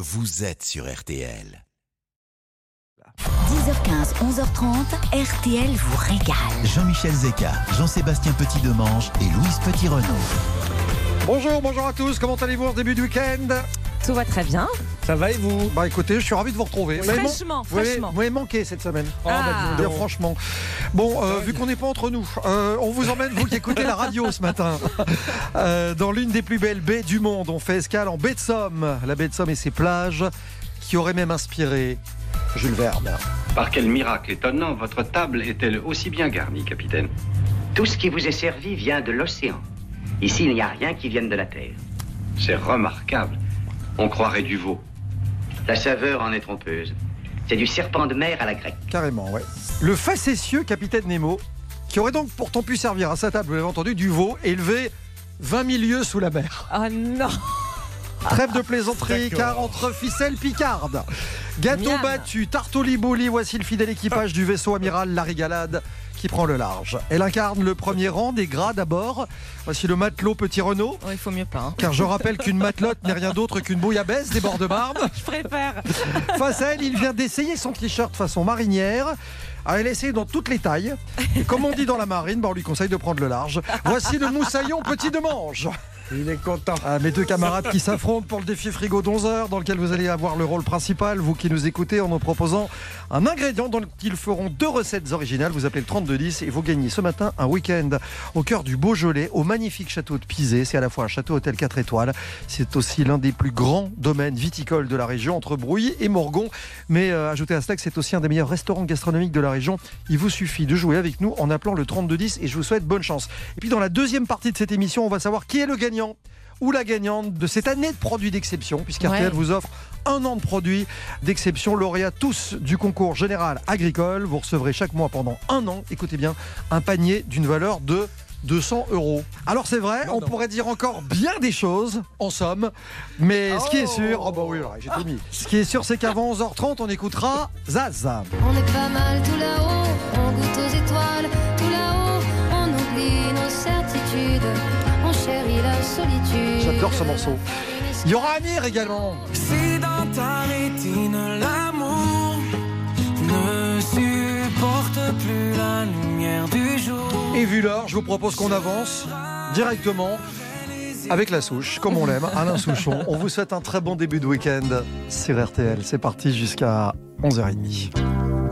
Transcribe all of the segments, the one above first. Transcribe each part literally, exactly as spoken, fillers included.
vous êtes sur R T L. dix heures quinze, onze heures trente, R T L vous régale. Jean-Michel Zeka, Jean-Sébastien Petit-Demange et Louise Petit-Renaud. Bonjour, bonjour à tous, comment allez-vous en début de week-end ? Tout va très bien. Ça va et vous ? Bah écoutez, je suis ravi de vous retrouver. Oui. Vous m'avez Fraîchement, man- vous m'avez- fraîchement. Vous m'avez manqué cette semaine. Ah. bah, je veux dire, franchement. Bon, euh, vu qu'on n'est pas entre nous, euh, on vous emmène, vous qui écoutez la radio ce matin, euh, dans l'une des plus belles baies du monde. On fait escale en baie de Somme. La baie de Somme et ses plages qui auraient même inspiré Jules Verne. Par quel miracle étonnant, votre table est-elle aussi bien garnie, capitaine ? Tout ce qui vous est servi vient de l'océan. Ici, il n'y a rien qui vienne de la terre. C'est remarquable. On croirait du veau. La saveur en est trompeuse. C'est du serpent de mer à la grecque. Carrément, ouais. Le facétieux capitaine Nemo, qui aurait donc pourtant pu servir à sa table, vous l'avez entendu, du veau élevé vingt mille lieues sous la mer. Oh non. Trêve de plaisanterie, car entre ficelles picardes, gâteau Miam. battu, tarte au libouli, voici le fidèle équipage du vaisseau amiral La Régalade qui prend le large. Elle incarne le premier rang des grades à bord. Voici le matelot Petit Renaud, Oh, il faut mieux pas. Hein. car je rappelle qu'une matelote n'est rien d'autre qu'une bouillabaisse des bords de Marne. Je préfère. Face à elle, il vient d'essayer son t-shirt façon marinière. Ah, elle essaye dans toutes les tailles. Et comme on dit dans la marine, bah, on lui conseille de prendre le large. Voici le moussaillon Petit-Demange. Il est content. Ah, mes deux camarades qui s'affrontent pour le défi frigo d'onze heures, dans lequel vous allez avoir le rôle principal, vous qui nous écoutez, en nous proposant un ingrédient dont ils feront deux recettes originales. Vous appelez le trente-deux dix et vous gagnez ce matin un week-end au cœur du Beaujolais, au magnifique château de Pizé. C'est à la fois un château-hôtel quatre étoiles. C'est aussi l'un des plus grands domaines viticoles de la région, entre Brouilly et Morgon. Mais euh, ajoutez à cela que c'est aussi un des meilleurs restaurants gastronomiques de la région. Il vous suffit de jouer avec nous en appelant le trente-deux dix et je vous souhaite bonne chance. Et puis dans la deuxième partie de cette émission, on va savoir qui est le gagnant ou la gagnante de cette année de produits d'exception, puisqu'R T L Ouais. vous offre un an de produits d'exception, lauréats tous du concours général agricole. Vous recevrez chaque mois pendant un an, écoutez bien, un panier d'une valeur de deux cents euros. Alors c'est vrai, on pourrait dire encore bien des choses, en somme, mais ce qui est sûr, oh bah oui, alors, j'ai tout mis. Ce qui est sûr, c'est qu'avant onze heures trente, on écoutera Zaz. On est pas mal tout là-haut, on goûte aux étoiles, tout là-haut, on oublie nos certitudes, on chérit la solitude. J'adore ce morceau. Il y aura Amir également. Si dans ta rétine l'amour ne supporte plus la lumière du jour. Et vu l'heure, je vous propose qu'on avance directement avec la souche, comme on l'aime, Alain Souchon. On vous souhaite un très bon début de week-end sur R T L. C'est parti jusqu'à onze heures trente.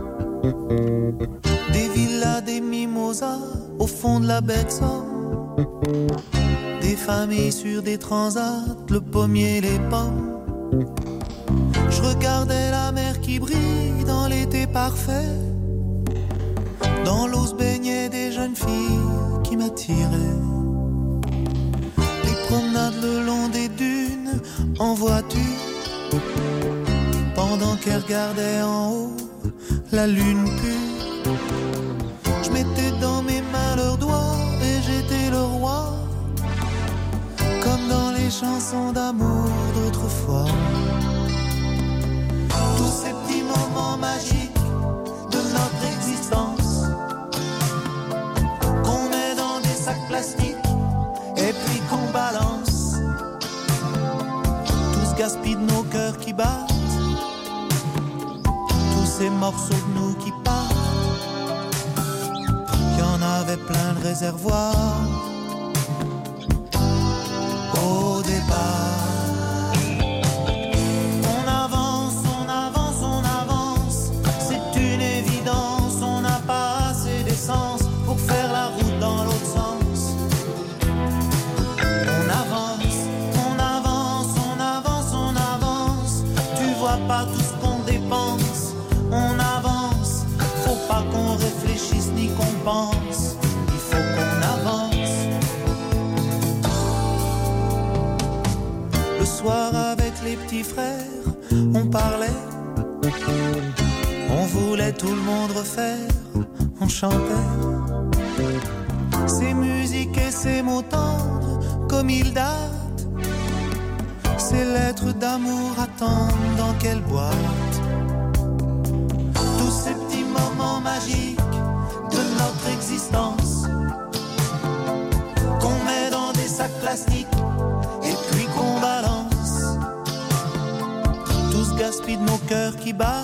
Des villas, des mimosas au fond de la baie de Somme. Des familles sur des transats, le pommier, les pommes. Je regardais la mer qui brille dans l'été parfait. Dans l'eau se baignaient des jeunes filles qui m'attiraient. Les promenades le long des dunes en voiture. Pendant qu'elles regardaient en haut la lune pure. Je mettais dans mes mains leurs doigts et j'étais le roi. Comme dans les chansons d'amour d'autrefois. Tous ces petits moments magiques de notre existence qu'on met dans des sacs plastiques et puis qu'on balance. Tout ce gaspille de nos cœurs qui battent. Tous ces morceaux de nous qui partent. Il y en avait plein de réservoirs. Au départ, on avance, on avance, on avance. C'est une évidence, on n'a pas assez d'essence pour faire la route dans l'autre sens. On avance, on avance, on avance, on avance. Tu vois pas tout ce qu'on dépense. On avance, faut pas qu'on réfléchisse ni qu'on pense. Il faut qu'on avance. Le soir avec les petits frères, on parlait. On voulait tout le monde refaire, on chantait. Ces musiques et ces mots tendres, comme ils datent. Ces lettres d'amour attendent dans quelle boîte. Tous ces petits moments magiques de notre existence qu'on met dans des sacs plastiques et puis qu'on balance. gaspille de nos cœurs qui battent,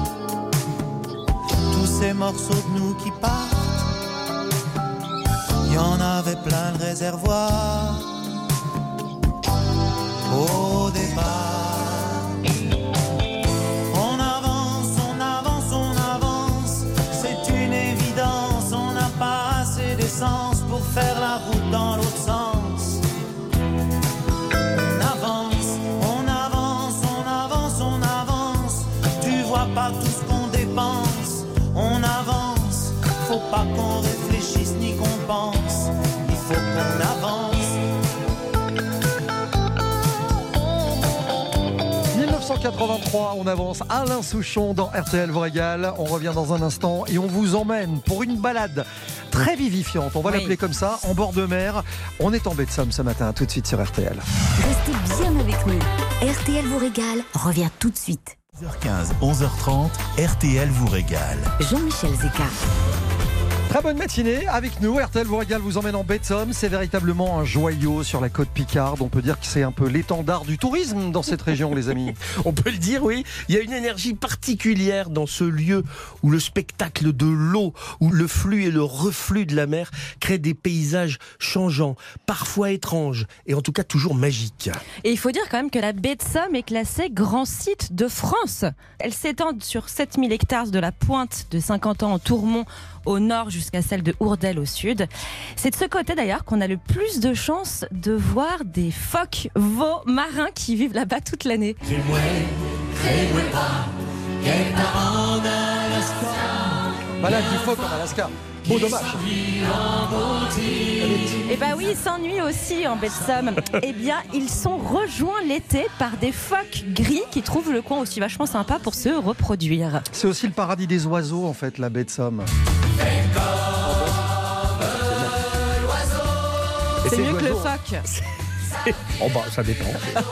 tous ces morceaux de nous qui partent. Il y en avait plein le réservoir au départ. On avance, on avance, on avance, c'est une évidence. On n'a pas assez d'essence pour faire la route dans l'autre sens. On avance, on avance, on avance, on avance. Tu vois pas tout ce qu'on dépense. On avance, faut pas qu'on réfléchisse ni qu'on pense. Il faut qu'on avance. dix-neuf cent quatre-vingt-trois, on avance. Alain Souchon dans R T L vous régale. On revient dans un instant et on vous emmène pour une balade très vivifiante. On va Oui. l'appeler comme ça, en bord de mer. On est en baie de Somme ce matin, tout de suite sur R T L. Restez bien avec nous. R T L vous régale revient tout de suite. dix heures quinze, onze heures trente, R T L vous régale. Jean-Michel Zeka. Très bonne matinée avec nous. R T L vous régale vous emmène en baie de Somme. C'est véritablement un joyau sur la côte Picarde. On peut dire que c'est un peu l'étendard du tourisme dans cette région, les amis. On peut le dire, oui. Il y a une énergie particulière dans ce lieu où le spectacle de l'eau, où le flux et le reflux de la mer créent des paysages changeants, parfois étranges et en tout cas toujours magiques. Et il faut dire quand même que la baie de Somme est classée grand site de France. Elle s'étend sur sept mille hectares de la pointe de Saint-Quentin en Tourmont au nord jusqu'à celle de Hourdel au sud. C'est de ce côté d'ailleurs qu'on a le plus de chances de voir des phoques veaux marins qui vivent là-bas toute l'année. Balade du phoque en Alaska. Beau dommage. Et bah oui, ils s'ennuient aussi en baie de Somme. Eh bien, ils sont rejoints l'été par des phoques gris qui trouvent le coin aussi vachement sympa pour se reproduire. C'est aussi le paradis des oiseaux, en fait, la baie de Somme. C'est ces mieux que le oiseaux, phoque. Oh bah, ça dépend.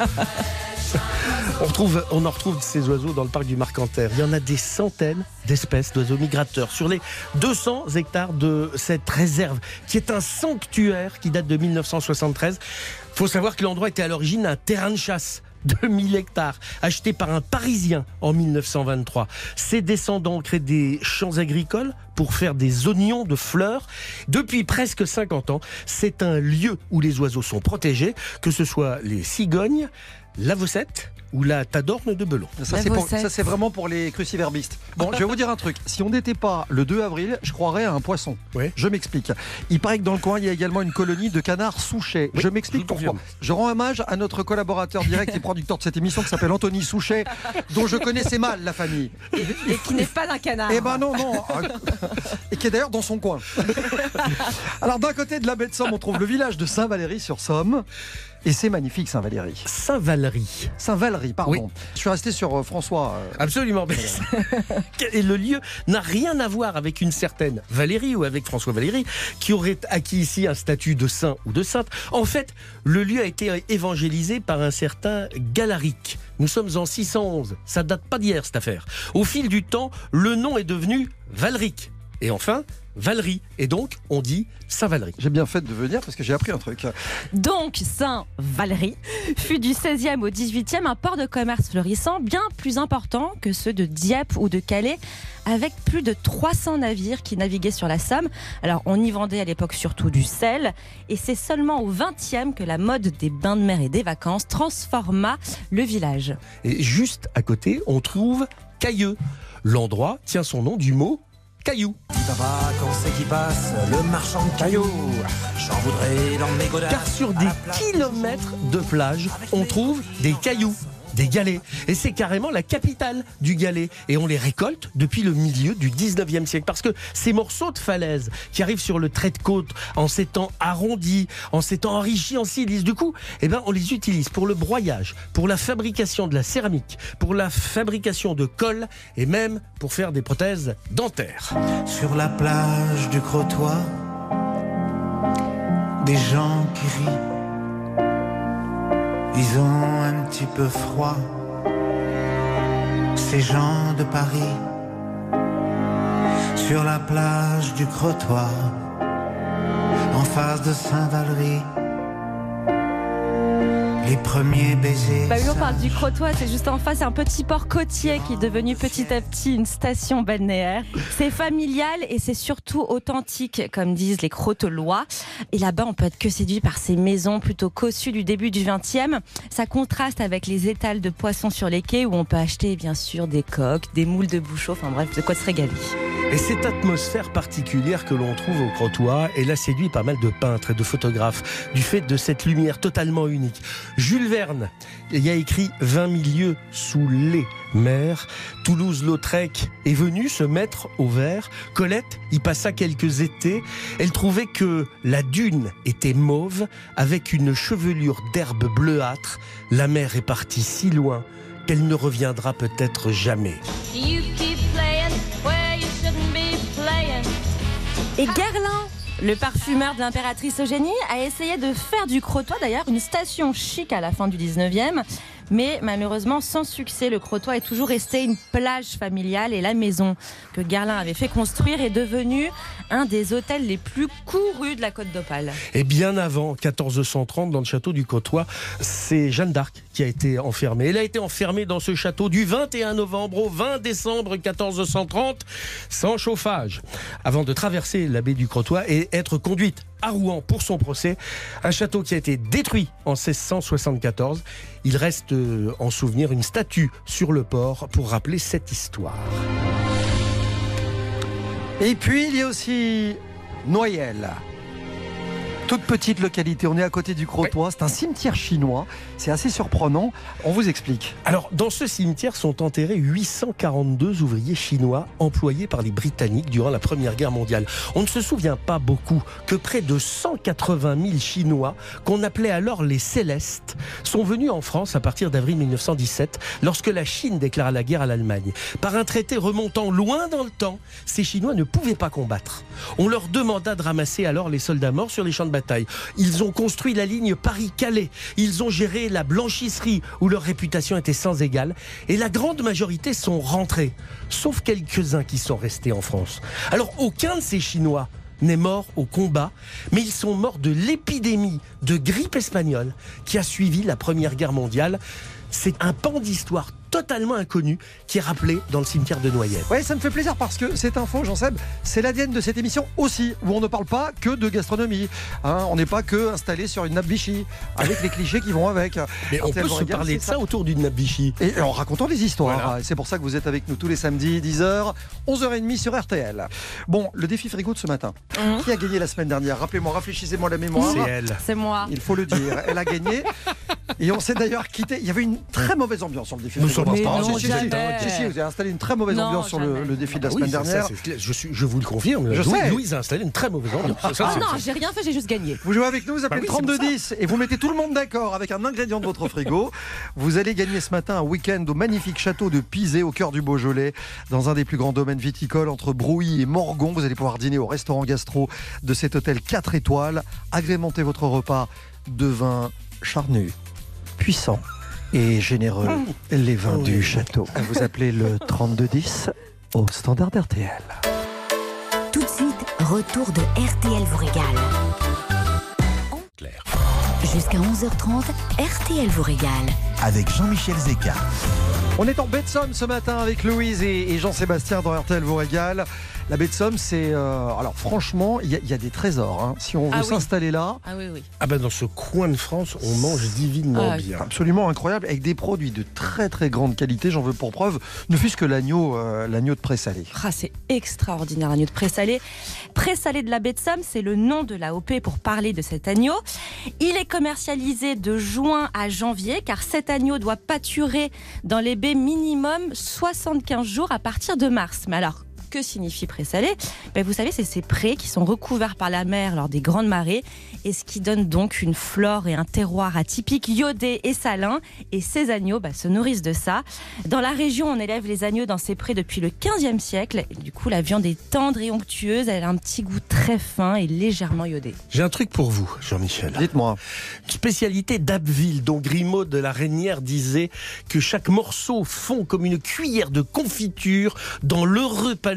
On, retrouve, on en retrouve ces oiseaux dans le parc du Marcanterre. Il y en a des centaines d'espèces d'oiseaux migrateurs sur les deux cents hectares de cette réserve, qui est un sanctuaire qui date de mille neuf cent soixante-treize. Il faut savoir que l'endroit était à l'origine un terrain de chasse de mille hectares, acheté par un Parisien en mille neuf cent vingt-trois. Ses descendants créent des champs agricoles pour faire des oignons de fleurs. Depuis presque cinquante ans, c'est un lieu où les oiseaux sont protégés, que ce soit les cigognes, la vossette ou la tadorne de Belon. Ça La c'est, pour- vossette. ça, c'est vraiment pour les cruciverbistes. Bon, je vais vous dire un truc. Si on n'était pas le deux avril, je croirais à un poisson. Ouais. Je m'explique. Il paraît que dans le coin, il y a également une colonie de canards Souchet. Oui, je m'explique je vous pourquoi. confirme. Je rends hommage à notre collaborateur direct et producteur de cette émission qui s'appelle Anthony Souchet, dont je connaissais mal la famille. Et qui n'est pas d'un canard. Eh ben non, non. Et qui est d'ailleurs dans son coin. Alors d'un côté de la baie de Somme, on trouve le village de Saint-Valery-sur-Somme. Et c'est magnifique, Saint-Valery. Saint-Valery. Saint-Valery, pardon. Oui. Je suis resté sur euh, François. euh, Absolument. mais- Et le lieu n'a rien à voir avec une certaine Valérie ou avec François Valéry qui aurait acquis ici un statut de saint ou de sainte. En fait, le lieu a été évangélisé par un certain Galaric. Nous sommes en six cent onze. Ça date pas d'hier cette affaire. Au fil du temps, le nom est devenu Valeric. Et enfin, Valery. Et donc, on dit Saint-Valery. J'ai bien fait de venir parce que j'ai appris un truc. Donc, Saint-Valery fut du seizième au dix-huitième un port de commerce florissant bien plus important que ceux de Dieppe ou de Calais, avec plus de trois cents navires qui naviguaient sur la Somme. Alors, on y vendait à l'époque surtout du sel, et c'est seulement au vingtième que la mode des bains de mer et des vacances transforma le village. Et juste à côté, on trouve Cailleux. L'endroit tient son nom du mot caillou. Papa, quand c'est qui passe, le marchand de cailloux, j'en voudrais dans mes godasses. Car sur des kilomètres de plage, on trouve des cailloux, des galets. Et c'est carrément la capitale du galet. Et on les récolte depuis le milieu du dix-neuvième siècle. Parce que ces morceaux de falaise qui arrivent sur le trait de côte en s'étant arrondis, en s'étant enrichis en silice, du coup, eh ben, on les utilise pour le broyage, pour la fabrication de la céramique, pour la fabrication de colle et même pour faire des prothèses dentaires. Sur la plage du Crotoy, des gens qui rient. Ils ont un petit peu froid, ces gens de Paris. Sur la plage du Crotoy, en face de Saint-Valery, les premiers baisers. Bah oui, on parle du Crotoy, c'est juste en face, un petit port côtier qui est devenu petit à petit une station balnéaire. C'est familial et c'est surtout authentique, comme disent les Crotelois. Et là-bas, on peut être que séduit par ces maisons plutôt cossues du début du vingtième. Ça contraste avec les étals de poissons sur les quais où on peut acheter bien sûr des coques, des moules de bouchon, enfin bref, de quoi se régaler. Et cette atmosphère particulière que l'on trouve au Crotoy, elle a séduit pas mal de peintres et de photographes du fait de cette lumière totalement unique. Jules Verne y a écrit vingt mille lieues sous les mers. Toulouse-Lautrec est venue se mettre au vert. Colette y passa quelques étés. Elle trouvait que la dune était mauve avec une chevelure d'herbe bleuâtre. La mer est partie si loin qu'elle ne reviendra peut-être jamais. Et Guerlain, le parfumeur de l'impératrice Eugénie, a essayé de faire du Crotoy d'ailleurs une station chic à la fin du dix-neuvième. Mais malheureusement, sans succès, le Crotoy est toujours resté une plage familiale et la maison que Guerlain avait fait construire est devenue un des hôtels les plus courus de la Côte d'Opale. Et bien avant quatorze cent trente, dans le château du Crotoy, c'est Jeanne d'Arc qui a été enfermée. Elle a été enfermée dans ce château du vingt et un novembre au vingt décembre quatorze cent trente, sans chauffage, avant de traverser la baie du Crotoy et être conduite à Rouen pour son procès. Un château qui a été détruit en seize cent soixante-quatorze. Il reste euh, en souvenir une statue sur le port pour rappeler cette histoire. Et puis, il y a aussi Noyelles. Toute petite localité, on est à côté du Crotoy, c'est un cimetière chinois, c'est assez surprenant, on vous explique. Alors, dans ce cimetière sont enterrés huit cent quarante-deux ouvriers chinois employés par les Britanniques durant la Première Guerre mondiale. On ne se souvient pas beaucoup que près de cent quatre-vingt mille Chinois, qu'on appelait alors les Célestes, sont venus en France à partir d'avril mille neuf cent dix-sept, lorsque la Chine déclara la guerre à l'Allemagne. Par un traité remontant loin dans le temps, ces Chinois ne pouvaient pas combattre. On leur demanda de ramasser alors les soldats morts sur les champs de bataille. Ils ont construit la ligne Paris-Calais. Ils ont géré la blanchisserie où leur réputation était sans égale. Et la grande majorité sont rentrés, sauf quelques-uns qui sont restés en France. Alors aucun de ces Chinois n'est mort au combat, mais ils sont morts de l'épidémie de grippe espagnole qui a suivi la Première Guerre mondiale. C'est un pan d'histoire totalement inconnu qui est rappelé dans le cimetière de Noyelles. Oui, ça me fait plaisir parce que cette info, Jean-Seb, c'est l'A D N de cette émission aussi, où on ne parle pas que de gastronomie. Hein, on n'est pas que installé sur une nappe Vichy, avec les clichés qui vont avec. Mais on peut se parler de ça autour d'une nappe Vichy. Et en racontant des histoires. Voilà. C'est pour ça que vous êtes avec nous tous les samedis, dix heures, onze heures trente sur R T L. Bon, le défi frigo de ce matin. Mmh. Qui a gagné la semaine dernière? Rappelez-moi, rafraîchissez-moi la mémoire. C'est elle. C'est moi. Il faut le dire. Elle a gagné. Et on s'est d'ailleurs quitté. Il y avait une très mauvaise ambiance sur le défi frigo. Mais non, si, si, jamais. si, si, vous avez installé une très mauvaise Non, ambiance sur le, le défi de la Ah semaine oui, ça, dernière. ça, c'est- je, suis, je vous le confirme. Je Louis- sais. Louise a installé une très mauvaise ambiance. Ça, Ah c'est- non, j'ai rien fait, j'ai juste gagné. Vous jouez avec nous, vous appelez Bah le oui, c'est trente-deux dix et vous mettez tout le monde d'accord avec un ingrédient de votre frigo. Vous allez gagner ce matin un week-end au magnifique château de Pizé au cœur du Beaujolais, dans un des plus grands domaines viticoles entre Brouilly et Morgon. Vous allez pouvoir dîner au restaurant gastro de cet hôtel quatre étoiles. Agrémentez votre repas de vins charnus, puissants et généreux, les vins du château. Vous appelez le trente-deux dix au standard R T L. Tout de suite, retour de R T L vous régale. Claire. Jusqu'à onze heures trente, R T L vous régale. Avec Jean-Michel Zeka. On est en baie de Somme ce matin avec Louise et, et Jean-Sébastien dans R T L vous régale. La baie de Somme, c'est... euh, alors franchement, il y, y a des trésors. Hein. Si on veut Ah oui. s'installer là, Ah oui, oui. Ah ben dans ce coin de France, on mange divinement Ah, bien. absolument incroyable, avec des produits de très très grande qualité. J'en veux pour preuve, ne fût-ce que l'agneau, euh, l'agneau de Pré-Salé. Ah, c'est extraordinaire, l'agneau de Pré-Salé. Pré-Salé de la baie de Somme, c'est le nom de l'A O P pour parler de cet agneau. Il est commercialisé de juin à janvier, car cet agneau doit pâturer dans les baies minimum soixante-quinze jours à partir de mars. Mais alors, que signifie Pré-Salé? Ben, vous savez, c'est ces prés qui sont recouverts par la mer lors des grandes marées, et ce qui donne donc une flore et un terroir atypique, iodé et salin. Et ces agneaux ben, se nourrissent de ça. Dans la région, on élève les agneaux dans ces prés depuis le quinzième siècle. Et du coup, la viande est tendre et onctueuse. Elle a un petit goût très fin et légèrement iodé. J'ai un truc pour vous, Jean-Michel. Dites-moi. Une spécialité d'Abbeville, dont Grimaud de la Reynière disait que chaque morceau fond comme une cuillère de confiture dans l'heureux palais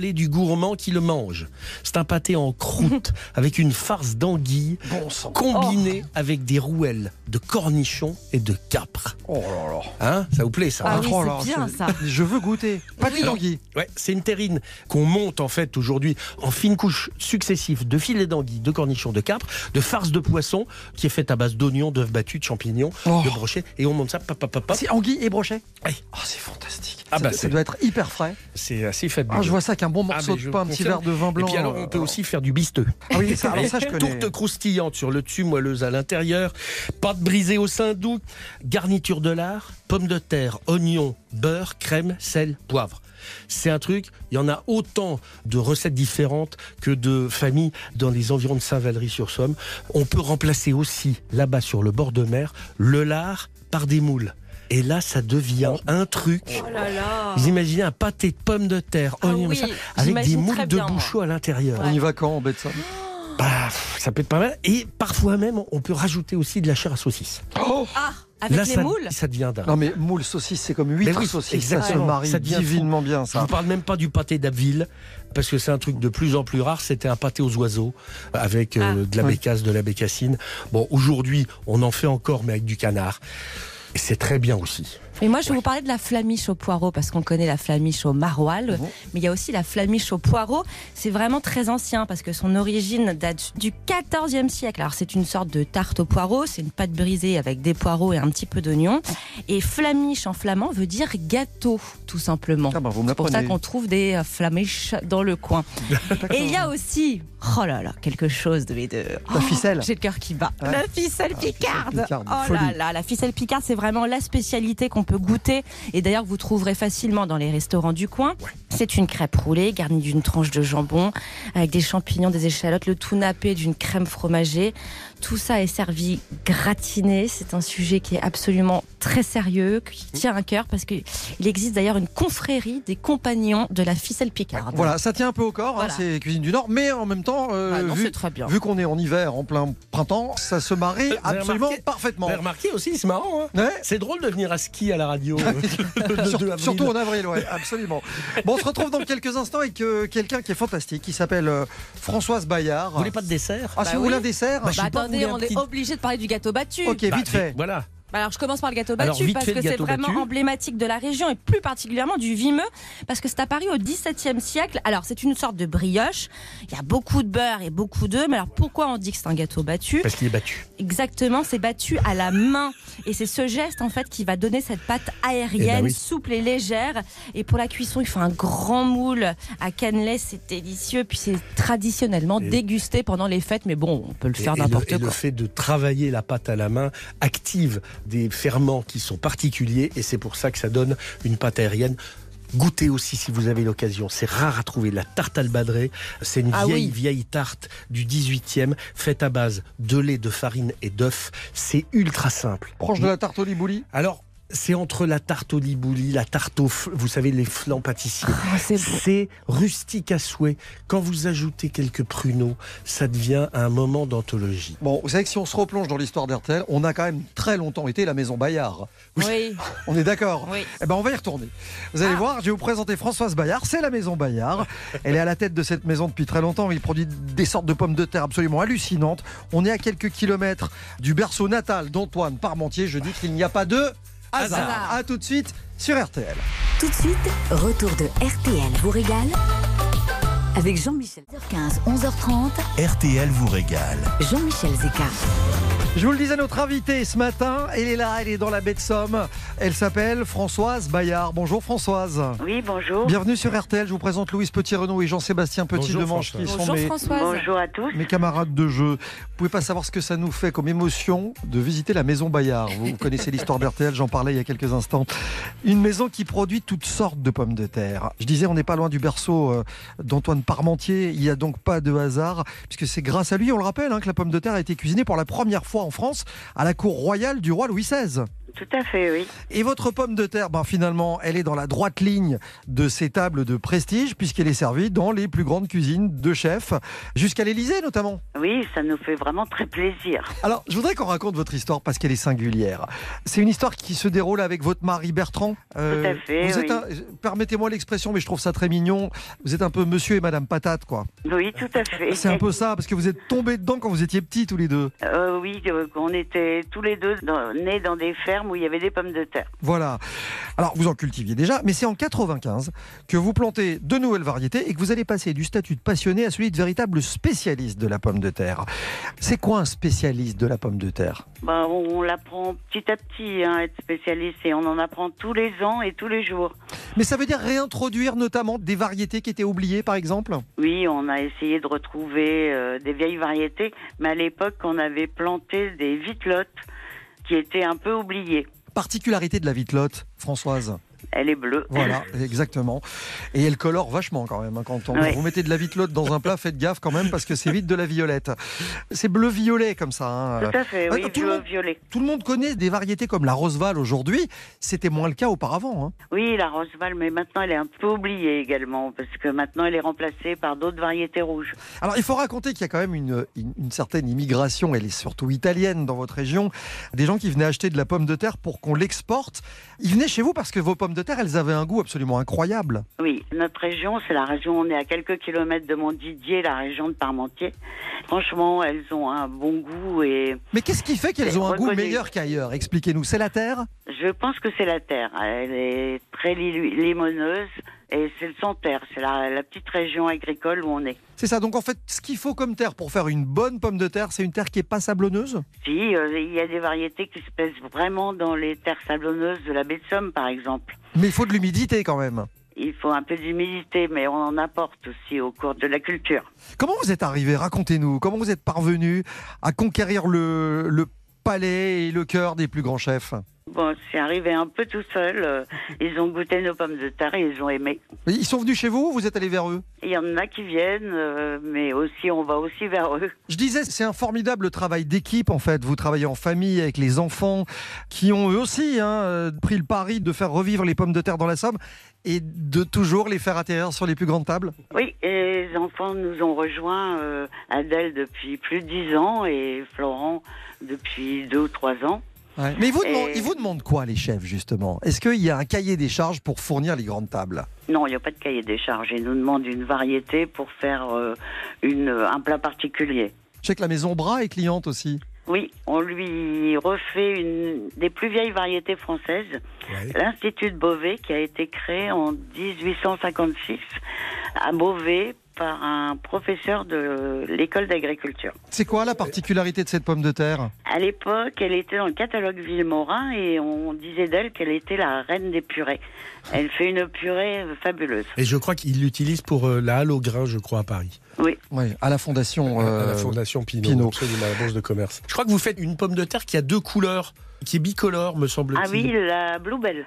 régaler du gourmand qui le mange. C'est un pâté en croûte avec une farce d'anguille Bon sang. combinée avec des rouelles de cornichons et de capres. Oh là là. Hein, ça vous plaît ça? Ah oui, Oh c'est là, bien, c'est- ça. Je veux goûter. Pas Oui. de d'anguille. Ouais, c'est une terrine qu'on monte en fait aujourd'hui en fines couches successives de filets d'anguille, de cornichons, de capres, de farce de poisson qui est faite à base d'oignons, d'œufs battus, de champignons, Oh. de brochets et on monte ça, pop, pop, pop, pop. C'est anguille et brochet. Oui. Oh, c'est fantastique. Ah ça, bah, ça c'est- doit être hyper frais. C'est assez fabuleux. Ah, je vois ça qu'un bon Ah, morceau mais de je pain, un petit confirme. verre de vin blanc. Et puis alors, on peut euh, aussi faire du bisteux. Ah oui, ça, alors ça, je connais. Tourte croustillante sur le dessus, moelleuse à l'intérieur, pâte brisée au sein doux, garniture de lard, pommes de terre, oignons, beurre, crème, sel, poivre. C'est un truc, il y en a autant de recettes différentes que de familles dans les environs de Saint-Valery-sur-Somme. On peut remplacer aussi, là-bas sur le bord de mer, le lard par des moules. Et là, ça devient un truc. Oh là là. Vous imaginez un pâté de pommes de terre, Ah oignons, oui, ça, avec des j'imagine moules très de bien, moi. bouchot à l'intérieur. On y va quand en baie de Somme? Bah, ça peut être pas mal. Et parfois même, on peut rajouter aussi de la chair à saucisse. Oh Ah, avec Là, les ça, moules. ça devient dingue. Non mais moule saucisse, c'est comme huit Mais oui, saucisses. Ça exactement. se marie Ça devient divinement bien Je ça. vous parle même pas du pâté d'Abbeville, parce que c'est un truc de plus en plus rare. C'était un pâté aux oiseaux, avec euh, Ah. de la Oui. bécasse, de la bécassine. Bon, aujourd'hui, on en fait encore, mais avec du canard. Et c'est très bien aussi. Mais moi, je vais vous parler de la flamiche au poireau, parce qu'on connaît la flamiche au maroilles, Mhm. mais il y a aussi la flamiche au poireau. C'est vraiment très ancien, parce que son origine date du quatorzième siècle. Alors, c'est une sorte de tarte au poireau, c'est une pâte brisée avec des poireaux et un petit peu d'oignon. Et flamiche en flamand veut dire gâteau, tout simplement. Ah bah, vous me C'est pour ça l'apprenez. qu'on trouve des euh, flamiches dans le coin. Et il y a aussi, oh là là, quelque chose de... de La ficelle. J'ai le cœur qui bat. Ouais. La ficelle Ah, ficelle picarde. picarde, Oh là folie. là, la ficelle picarde, c'est vraiment la spécialité qu'on peut goûter. Et d'ailleurs, vous trouverez facilement dans les restaurants du coin. C'est une crêpe roulée garnie d'une tranche de jambon avec des champignons, des échalotes, le tout nappé d'une crème fromagée. Tout ça est servi gratiné. C'est un sujet qui est absolument très sérieux, qui tient à cœur parce qu'il existe d'ailleurs une confrérie des compagnons de la ficelle picarde. Voilà, ça tient un peu au corps, hein, Voilà. c'est cuisine du Nord, mais en même temps, euh, Ah non, vu, c'est très bien. vu qu'on est en hiver, en plein printemps, ça se marie Vous avez absolument remarqué parfaitement. Vous avez remarqué aussi, c'est marrant. Hein, Ouais. c'est drôle de venir à ski à la radio. euh, le Sur- deux avril. surtout en avril, ouais, absolument. Bon, on se retrouve dans quelques instants avec euh, quelqu'un qui est fantastique, qui s'appelle euh, Françoise Bayard. Vous voulez pas de dessert? Ah, si Bah vous oui. voulez un dessert Bah, je Bah sais pas, vous attendez, voulez un on petit- est obligé de parler du gâteau battu. Ok, Bah, vite fait. Voilà. Bah alors je commence par le gâteau Alors, battu vite parce fait, le que c'est gâteau vraiment battu. emblématique de la région et plus particulièrement du Vimeux parce que c'est apparu au dix-septième siècle. Alors c'est une sorte de brioche, il y a beaucoup de beurre et beaucoup d'œufs, mais alors pourquoi on dit que c'est un gâteau battu? Parce qu'il est battu. Exactement, c'est battu à la main et c'est ce geste en fait qui va donner cette pâte aérienne, Eh ben oui. souple et légère. Et pour la cuisson, il faut un grand moule à cannelé, c'est délicieux puis c'est traditionnellement Et- dégusté pendant les fêtes, mais bon, on peut le faire Et- et n'importe le, et quoi. le fait de travailler la pâte à la main active des ferments qui sont particuliers et c'est pour ça que ça donne une pâte aérienne. Goûtez aussi si vous avez l'occasion. C'est rare à trouver. La tarte albadrée, c'est une Ah vieille, oui. vieille tarte du dix-huitième faite à base de lait, de farine et d'œufs. C'est ultra simple. Proche de la tarte au libouli. Alors, c'est entre la tarte au libouli, la tarte au... fl- Vous savez, les flans pâtissiers. Ah, c'est beau. C'est rustique à souhait. Quand vous ajoutez quelques pruneaux, ça devient un moment d'anthologie. Bon, vous savez que si on se replonge dans l'histoire d'R T L, on a quand même très longtemps été la maison Bayard. Oui. On est d'accord? Oui. Eh ben, on va y retourner. Vous allez Ah. voir, je vais vous présenter Françoise Bayard. C'est la maison Bayard. Elle est à la tête de cette maison depuis très longtemps. Il produit des sortes de pommes de terre absolument hallucinantes. On est à quelques kilomètres du berceau natal d'Antoine Parmentier. Je dis qu'il n'y a pas de hasard. Hasard. A tout de suite sur R T L. Tout de suite, retour de R T L vous régale avec Jean-Michel. dix heures quinze, onze heures trente, R T L vous régale. Jean-Michel Zeka. Je vous le disais, notre invitée ce matin, elle est là, elle est dans la baie de Somme. Elle s'appelle Françoise Bayard. Bonjour Françoise. Oui, bonjour. Bienvenue sur R T L. Je vous présente Louise Petit-Renaud et Jean-Sébastien Petit-Demange qui Bonjour, sont Bonjour mes, Françoise. Bonjour à tous. mes camarades de jeu. Vous pouvez pas savoir ce que ça nous fait comme émotion de visiter la maison Bayard. Vous connaissez l'histoire d'R T L, j'en parlais il y a quelques instants. Une maison qui produit toutes sortes de pommes de terre. Je disais, on n'est pas loin du berceau euh, d'Antoine Parmentier. Il n'y a donc pas de hasard, puisque c'est grâce à lui, on le rappelle, hein, que la pomme de terre a été cuisinée pour la première fois fois en France, à la cour royale du roi Louis seize. Tout à fait, oui. Et votre pomme de terre, ben finalement, elle est dans la droite ligne de ces tables de prestige, puisqu'elle est servie dans les plus grandes cuisines de chefs, jusqu'à l'Élysée notamment. Oui, ça nous fait vraiment très plaisir. Alors, je voudrais qu'on raconte votre histoire parce qu'elle est singulière. C'est une histoire qui se déroule avec votre mari Bertrand. Euh, Tout à fait, vous oui. êtes un, permettez-moi l'expression, mais je trouve ça très mignon. Vous êtes un peu monsieur et madame patate, quoi. Oui, tout à fait. C'est un peu ça, parce que vous êtes tombés dedans quand vous étiez petits, tous les deux. Euh, oui, euh, on était tous les deux dans, nés dans des fermes où il y avait des pommes de terre. Voilà. Alors, vous en cultiviez déjà, mais c'est en quatre-vingt-quinze que vous plantez de nouvelles variétés et que vous allez passer du statut de passionné à celui de véritable spécialiste de la pomme de terre. C'est quoi un spécialiste de la pomme de terre ? Ben, on l'apprend petit à petit, hein, être spécialiste, et on en apprend tous les ans et tous les jours. Mais ça veut dire réintroduire notamment des variétés qui étaient oubliées, par exemple ? Oui, on a essayé de retrouver euh, des vieilles variétés, mais à l'époque, on avait planté des vitelottes qui étaient un peu oubliées. Particularité de la vitelotte, Françoise ? Elle est bleue. Voilà, exactement. Et elle colore vachement quand même. Hein. Quand on, oui. vous mettez de la vitelotte dans un plat, faites gaffe quand même parce que c'est vite de la violette. C'est bleu-violet comme ça. Hein. Tout à fait, oui, ah, tout, le monde, violet. tout le monde connaît des variétés comme la Roseval aujourd'hui. C'était moins le cas auparavant. Hein. Oui, la Roseval, mais maintenant elle est un peu oubliée également parce que maintenant elle est remplacée par d'autres variétés rouges. Alors il faut raconter qu'il y a quand même une, une, une certaine immigration, elle est surtout italienne dans votre région. Des gens qui venaient acheter de la pomme de terre pour qu'on l'exporte. Ils venaient chez vous parce que vos pommes de terre, elles avaient un goût absolument incroyable. Oui, notre région, c'est la région, on est à quelques kilomètres de Montdidier, la région de Parmentier. Franchement, elles ont un bon goût et... Mais qu'est-ce qui fait qu'elles ont un reconnu. goût meilleur qu'ailleurs ? Expliquez-nous, c'est la terre ? Je pense que c'est la terre. Elle est très li- limoneuse et c'est le Santerre, c'est la, la petite région agricole où on est. C'est ça, donc en fait, ce qu'il faut comme terre pour faire une bonne pomme de terre, c'est une terre qui n'est pas sablonneuse ? Si, euh, il y a des variétés qui se plaisent vraiment dans les terres sablonneuses de la baie de Somme, par exemple. Mais il faut de l'humidité quand même. Il faut un peu d'humidité, mais on en apporte aussi au cours de la culture. Comment vous êtes arrivé ? Racontez-nous. Comment vous êtes parvenu à conquérir le, le palais et le cœur des plus grands chefs ? Bon, c'est arrivé un peu tout seul. Ils ont goûté nos pommes de terre et ils ont aimé. Ils sont venus chez vous ou vous êtes allé vers eux ? Il y en a qui viennent, euh, mais aussi on va aussi vers eux. Je disais, c'est un formidable travail d'équipe en fait. Vous travaillez en famille avec les enfants qui ont eux aussi hein, pris le pari de faire revivre les pommes de terre dans la Somme et de toujours les faire atterrir sur les plus grandes tables. Oui, et les enfants nous ont rejoints, euh, Adèle depuis plus de dix ans et Florent depuis deux ou trois ans. Ouais. Mais ils vous, Et... demandent, ils vous demandent quoi les chefs justement ? Est-ce qu'il y a un cahier des charges pour fournir les grandes tables ? Non, il n'y a pas de cahier des charges. Ils nous demandent une variété pour faire euh, une, un plat particulier. Je sais que la maison Bras est cliente aussi. Oui, on lui refait une des plus vieilles variétés françaises, ouais. L'Institut de Beauvais, qui a été créé en dix-huit cent cinquante-six à Beauvais par un professeur de l'école d'agriculture. C'est quoi la particularité de cette pomme de terre ? À l'époque, elle était dans le catalogue Villemorin et on disait d'elle qu'elle était la reine des purées. Elle fait une purée fabuleuse. Et je crois qu'il l'utilise pour euh, la halle au grain, je crois, à Paris. Oui. Oui, à la fondation, euh, à la fondation Pinault, Pinault. Absolument, à la Bourse de commerce. Je crois que vous faites une pomme de terre qui a deux couleurs, qui est bicolore, me semble-t-il. Ah oui, la Bluebell.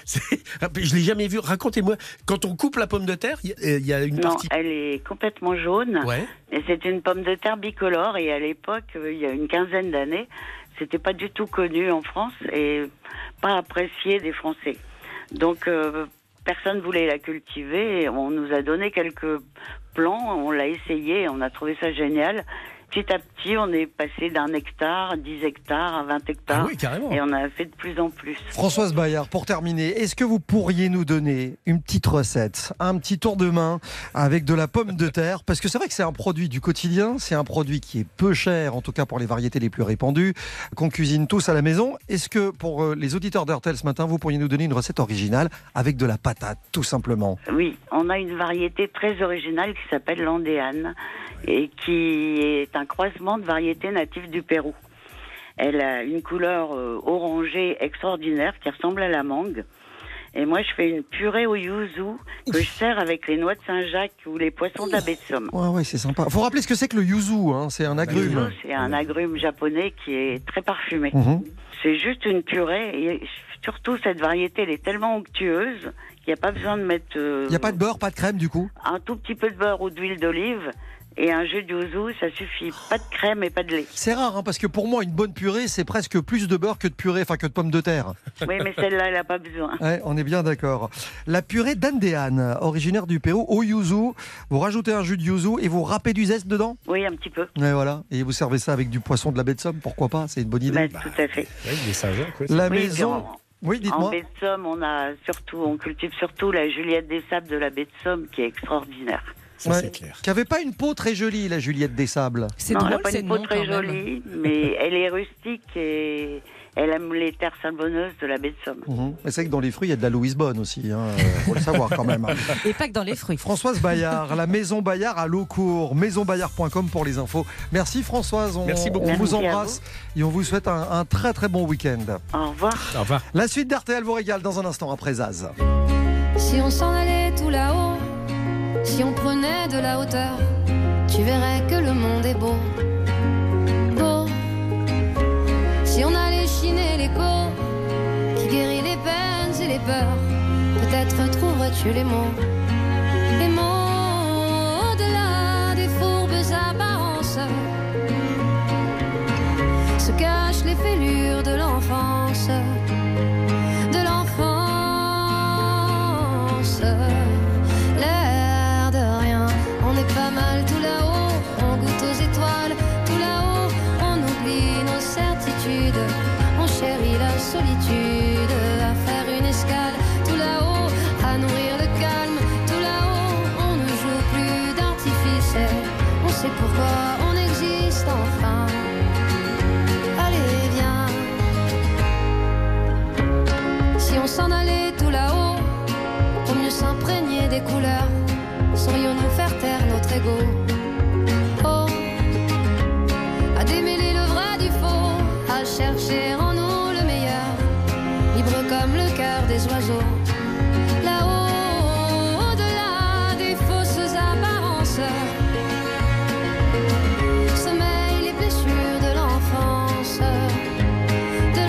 Je l'ai jamais vue. Racontez-moi, quand on coupe la pomme de terre, il y, y a une non, partie... elle est complètement jaune. Ouais. Et c'est une pomme de terre bicolore. Et à l'époque, il y a une quinzaine d'années, c'était pas du tout connu en France et pas apprécié des Français. Donc, euh, personne voulait la cultiver. Et on nous a donné quelques plants, on l'a essayé, on a trouvé ça génial. Petit à petit, on est passé d'un hectare, dix hectares, à vingt hectares. Ah oui, carrément. Et on a fait de plus en plus. Françoise Bayard, pour terminer, est-ce que vous pourriez nous donner une petite recette, un petit tour de main avec de la pomme de terre ? Parce que c'est vrai que c'est un produit du quotidien, c'est un produit qui est peu cher, en tout cas pour les variétés les plus répandues, qu'on cuisine tous à la maison. Est-ce que pour les auditeurs d'R T L ce matin, vous pourriez nous donner une recette originale avec de la patate, tout simplement ? Oui, on a une variété très originale qui s'appelle l'andéane et qui est un croisement de variétés natives du Pérou. Elle a une couleur euh, orangée extraordinaire qui ressemble à la mangue. Et moi, je fais une purée au yuzu que je sers avec les noix de Saint-Jacques ou les poissons de la baie de Somme. Ouais, ouais, c'est sympa. Faut rappeler ce que c'est que le yuzu, hein. C'est un agrume. Le yuzu, c'est un agrume japonais qui est très parfumé. Mmh. C'est juste une purée. Et surtout, cette variété, elle est tellement onctueuse qu'il n'y a pas besoin de mettre... Il euh, n'y a pas de beurre, pas de crème, du coup ? Un tout petit peu de beurre ou d'huile d'olive. Et un jus de yuzu, ça suffit. Pas de crème et pas de lait. C'est rare, hein, parce que pour moi, une bonne purée, c'est presque plus de beurre que de purée, enfin que de pommes de terre. Oui, mais celle-là, elle n'a pas besoin. Ouais, on est bien d'accord. La purée d'Andean, originaire du Pérou, au yuzu. Vous rajoutez un jus de yuzu et vous râpez du zeste dedans. Oui, un petit peu. Et voilà. Et vous servez ça avec du poisson de la baie de Somme, pourquoi pas? C'est une bonne idée. Bah, tout à fait. Oui, des Saint-Jacques, ouais. La Oui, maison. en- Oui, En dites-moi. baie de Somme, on a surtout, on cultive surtout la Juliette des Sables de la baie de Somme, qui est extraordinaire. Ça, Ouais. c'est clair. Qui avait pas une peau très jolie, la Juliette des Sables. C'est non, elle drôle, n'a pas c'est une peau non, très quand même. jolie, mais elle est rustique et elle aime les terres savonneuses de la baie de Somme. Mhm. Mais c'est que dans les fruits, il y a de la Louise Bonne aussi. Hein. Euh, faut le savoir quand même. Et pas que dans les fruits. Françoise Bayard, la Maison Bayard à Laucourt, maison bayard point com pour les infos. Merci Françoise, on, Merci beaucoup. on vous Merci à embrasse et on vous souhaite un, un très très bon week-end. Au revoir. Au revoir. La suite d'R T L vous régale dans un instant après Zaz. Si on s'en allait tout là-haut, si on prenait de la hauteur, tu verrais que le monde est beau, beau. Si on allait chiner l'écho qui guérit les peines et les peurs, peut-être trouverais-tu les mots, les mots au-delà des fourbes apparences, se cachent les fêlures de l'enfance, de l'enfance. L'air de rien, on est pas mal tout là-haut, on goûte aux étoiles, tout là-haut, on oublie nos certitudes, on chérit la solitude, à faire une escale, tout là-haut, à nourrir le calme, tout là-haut, on ne joue plus d'artifice, on sait pourquoi on existe enfin. Allez, viens. Si on s'en allait tout là-haut, pour mieux s'imprégner des couleurs, saurions-nous faire taire notre ego? Oh, à démêler le vrai du faux, à chercher en nous le meilleur, libre comme le cœur des oiseaux. Là-haut, au-delà des fausses apparences, sommeillent les blessures de l'enfance, de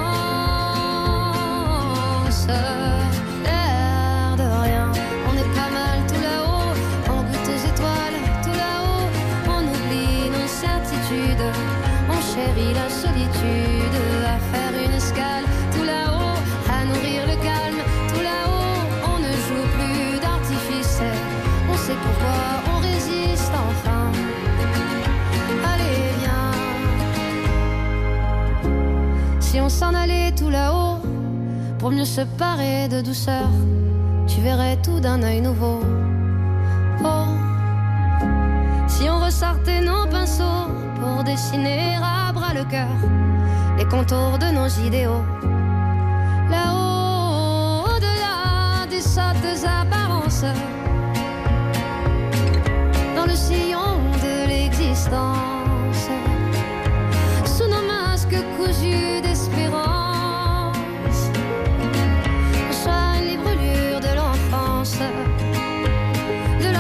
l'enfance. L'air de rien, on est pas mal tout là-haut, on goûte aux étoiles, tout là-haut, on oublie nos certitudes, on chérit la solitude, à faire une escale, tout là-haut, à nourrir le calme, tout là-haut, on ne joue plus d'artifice, on sait pourquoi on résiste enfin. Allez, viens. Si on s'en allait tout là-haut, pour mieux se parer de douceur, tu verrais tout d'un œil nouveau. Oh, si on ressortait nos pinceaux pour dessiner à bras le cœur les contours de nos idéaux. Là-haut, au-delà des sottes apparences, dans le sillon de l'existence, sous nos masques cousus d'espérance, on soigne les brûlures de l'enfance, de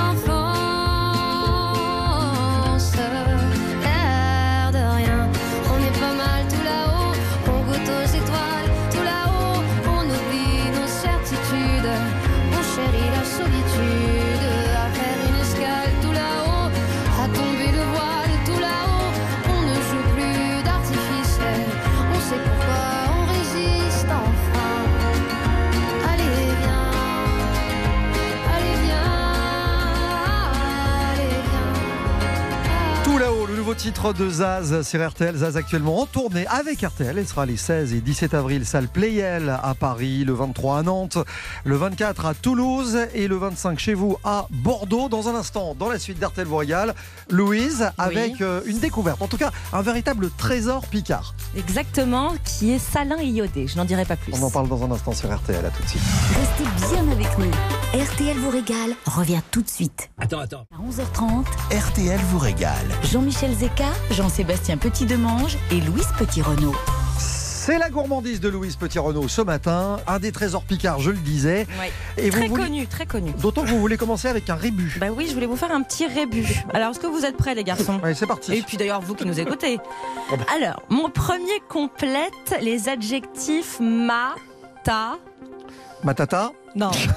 l'enfance. L'air de rien, on est pas mal tout là-haut, on goûte aux étoiles, tout là-haut, on oublie nos certitudes, on chérit la solitude, à faire une escale tout là-haut, à tomber le voile tout là-haut, on ne joue plus d'artifice, on sait pourquoi on résiste enfin. Allez, viens, allez, viens, allez, viens. Tout là-haut, le nouveau titre de Zaz sur R T L. Zaz actuellement en tournée avec R T L. Elle sera les seize et dix-sept avril, salle Playel à Paris, le vingt-trois à Nantes, le vingt-quatre à Toulouse et le vingt-cinq chez vous à Bordeaux. Dans un instant, dans la suite d'R T L vous régale, Louise avec euh, une découverte, en tout cas un véritable trésor picard. Exactement, qui est salin et iodé. Je n'en dirai pas plus. On en parle dans un instant sur R T L, à tout de suite. Restez bien avec nous. R T L vous régale revient tout de suite. Attends, attends. À onze heures trente, R T L vous régale. Jean-Michel Zeka, Jean-Sébastien Petit-Demange et Louise Petit-Renaud. C'est la gourmandise de Louise Petit-Renaud ce matin, un des trésors picards, je le disais. Ouais. Et Très vous voulez- connu, très connu. D'autant que vous voulez commencer avec un rébut. Bah oui, je voulais vous faire un petit rébut. Alors, est-ce que vous êtes prêts, les garçons? Allez, c'est parti. Et puis d'ailleurs, vous qui nous écoutez. Alors, mon premier complète les adjectifs ma, ta. Matata, Non.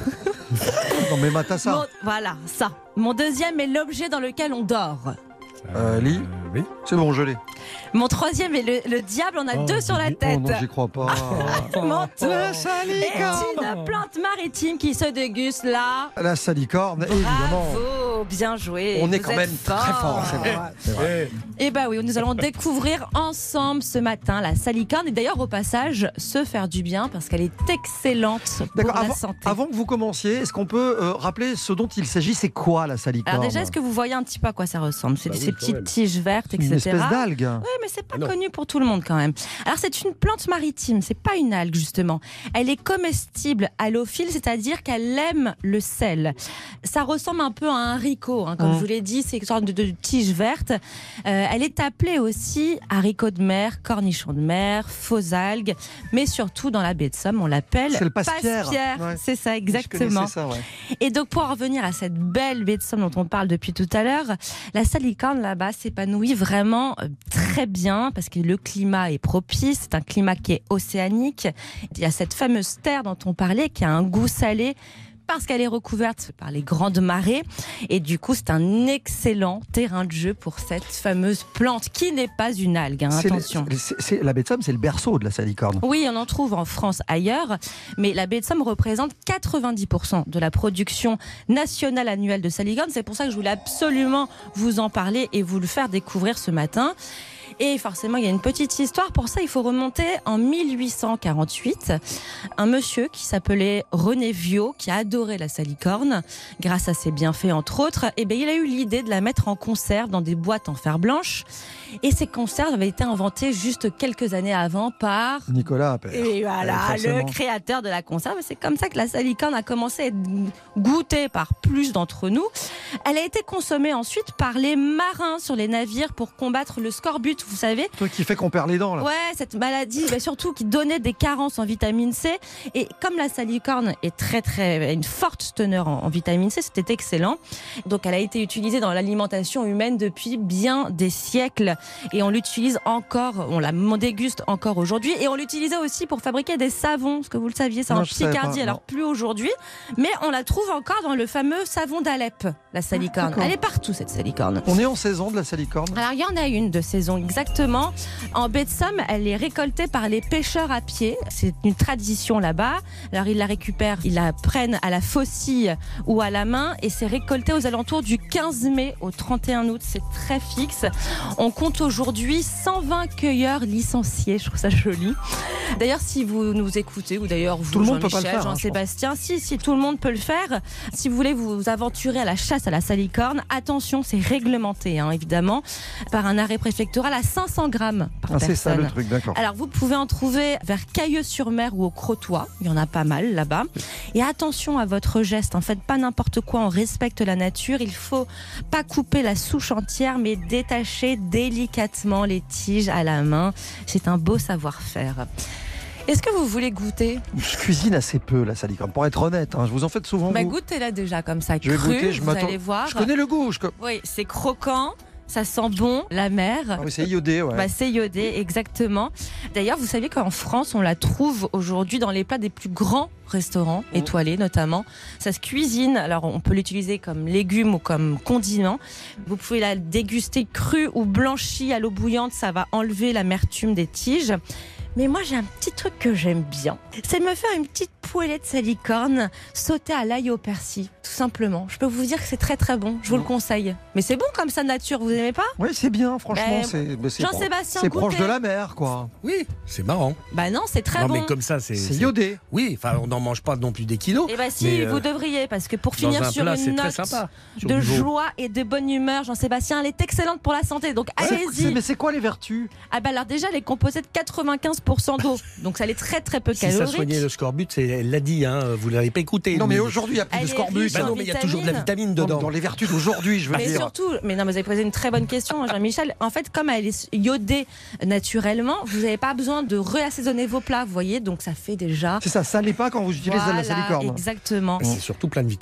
Non mais Matassa. Mon- Voilà, ça. Mon deuxième est l'objet dans lequel on dort. Euh, lit Oui. C'est bon, je l'ai. Mon troisième est le, le diable, on a Oh, deux sur la dis- tête. Oh non, j'y crois pas. Mon La est salicorne. une plante maritime qui se déguste là. La salicorne, évidemment. Bravo, bien joué. On est Vous quand êtes même très fort, c'est vrai. C'est vrai. Et bah oui, nous allons découvrir ensemble ce matin la salicorne et d'ailleurs au passage se faire du bien parce qu'elle est excellente pour D'accord, la avant, santé. avant que vous commenciez, est-ce qu'on peut euh, rappeler ce dont il s'agit? C'est quoi la salicorne? Alors déjà, est-ce que vous voyez un petit peu à quoi ça ressemble? C'est Bah ces oui, quand petites même. tiges vertes, et Une cetera. espèce d'algue. Oui, mais c'est pas Ah non. connu pour tout le monde quand même. Alors c'est une plante maritime, c'est pas une algue justement. Elle est comestible halophile, c'est-à-dire qu'elle aime le sel. Ça ressemble un peu à un haricot, hein, comme Mmh. je vous l'ai dit, c'est une sorte de, de tige verte. Euh, elle est appelée aussi haricot de mer, cornichon de mer, faux algues, mais surtout dans la baie de Somme, on l'appelle C'est le passepière. Ouais. C'est ça, Je exactement. connaissais ça, ouais. Et donc, pour en revenir à cette belle baie de Somme dont on parle depuis tout à l'heure, la salicorne là-bas s'épanouit vraiment euh, très bien parce que le climat est propice. C'est un climat qui est océanique. Il y a cette fameuse terre dont on parlait qui a un goût salé parce qu'elle est recouverte par les grandes marées. Et du coup, c'est un excellent terrain de jeu pour cette fameuse plante qui n'est pas une algue. Hein, C'est le- attention. c'est- c'est- la baie de Somme, c'est le berceau de la salicorne. Oui, on en trouve en France ailleurs, mais la baie de Somme représente quatre-vingt-dix pour cent de la production nationale annuelle de salicorne. C'est pour ça que je voulais absolument vous en parler et vous le faire découvrir ce matin. Et forcément, il y a une petite histoire. Pour ça, il faut remonter en mille huit cent quarante-huit. Un monsieur qui s'appelait René Viau, qui a adoré la salicorne, grâce à ses bienfaits, entre autres, eh bien, il a eu l'idée de la mettre en conserve dans des boîtes en fer blanche. Et ces conserves avaient été inventées juste quelques années avant par... Nicolas Appert. Et voilà, Ouais, forcément. le créateur de la conserve. C'est comme ça que la salicorne a commencé à être goûtée par plus d'entre nous. Elle a été consommée ensuite par les marins sur les navires pour combattre le scorbut, vous savez. Le truc qui fait qu'on perd les dents, là. Ouais, cette maladie, mais surtout qui donnait des carences en vitamine C. Et comme la salicorne est très très une forte teneur en, en vitamine C, c'était excellent. Donc elle a été utilisée dans l'alimentation humaine depuis bien des siècles. Et on l'utilise encore, on la déguste encore aujourd'hui. Et on l'utilisait aussi pour fabriquer des savons, parce que vous le saviez, c'est Non, en je savais Picardie, pas, alors non. plus aujourd'hui. Mais on la trouve encore dans le fameux savon d'Alep, la salicorne. d'accord. Elle est partout cette salicorne. On est en saison de la salicorne. Alors il y en a une de saison exactement. En baie de Somme, elle est récoltée par les pêcheurs à pied. C'est une tradition là-bas. Alors ils la récupèrent, ils la prennent à la faucille ou à la main et c'est récolté aux alentours du quinze mai au trente et un août. C'est très fixe. On compte aujourd'hui cent vingt cueilleurs licenciés. Je trouve ça joli. D'ailleurs, si vous nous écoutez, ou d'ailleurs vous, Tout le monde peut pas le Jean-Michel, faire, hein, je Jean-Sébastien, si, si, tout le monde peut le faire. Si vous voulez vous aventurer à la chasse à la salicorne, attention, c'est réglementé, hein, évidemment, par un arrêt préfectoral à cinq cents grammes par Ah, c'est personne. ça le truc, d'accord. Alors, vous pouvez en trouver vers Cailleux-sur-Mer ou au Crotoy. Il y en a pas mal là-bas. Et attention à votre geste. En fait, pas n'importe quoi. On respecte la nature. Il faut pas couper la souche entière, mais détacher délicatement les tiges à la main. C'est un beau savoir-faire. Est-ce que vous voulez goûter? Je cuisine assez peu la salicorne, pour être honnête. Hein. Je vous en fais souvent. Bah, vous. goûtez-la déjà comme ça, Je vais cru, goûter, je vous m'attends. allez voir. Je connais le goût. Je... co- Oui, c'est croquant. Ça sent bon, la mer. Ah oui, c'est iodé, ouais. Bah, c'est iodé, exactement. D'ailleurs, vous savez qu'en France, on la trouve aujourd'hui dans les plats des plus grands restaurants, Mmh. étoilés notamment. Ça se cuisine, alors on peut l'utiliser comme légume ou comme condiment. Vous pouvez la déguster crue ou blanchie à l'eau bouillante, ça va enlever l'amertume des tiges. Mais moi, j'ai un petit truc que j'aime bien. C'est me faire une petite poêlée de salicorne sautée à l'ail au persil, tout simplement. Je peux vous dire que c'est très très bon, je vous le conseille. Mais c'est bon comme ça, nature, vous aimez pas? Oui, c'est bien, franchement. Ben, c'est ben, c'est pro- Jean-Sébastien, c'est proche goûtez. de la mer, quoi. Oui, c'est marrant. Bah non, c'est très non, bon. mais comme ça, c'est. C'est iodé. Oui, enfin, on n'en mange pas non plus des kilos. Eh bah si, mais, vous euh, devriez, parce que pour dans finir un sur plat, une c'est très note sympa, sur de du veau. joie et de bonne humeur, Jean-Sébastien, elle est excellente pour la santé, donc C'est- c'est- allez-y. Mais c'est quoi les vertus? Ah bah alors déjà, elle est composée de quatre-vingt-quinze pour cent d'eau, donc ça elle est très très peu Si ça calorique. soignait le scorbut, c'est- elle l'a dit, hein, vous ne l'avez pas écouté. Non, mais Louise. aujourd'hui, il n'y a plus Elle de est scorbut. riche Bah en non, mais il y a toujours de la vitamine Dans, dedans. dans les vertus d'aujourd'hui, je veux Mais dire. surtout, mais non, vous avez posé une très bonne question, Jean-Michel. En fait, comme elle est iodée naturellement, vous n'avez pas besoin de réassaisonner vos plats, vous voyez, donc ça fait déjà. C'est ça, ça l'est pas quand vous utilisez Voilà, la salicorne. exactement. C'est surtout plein de vitamines.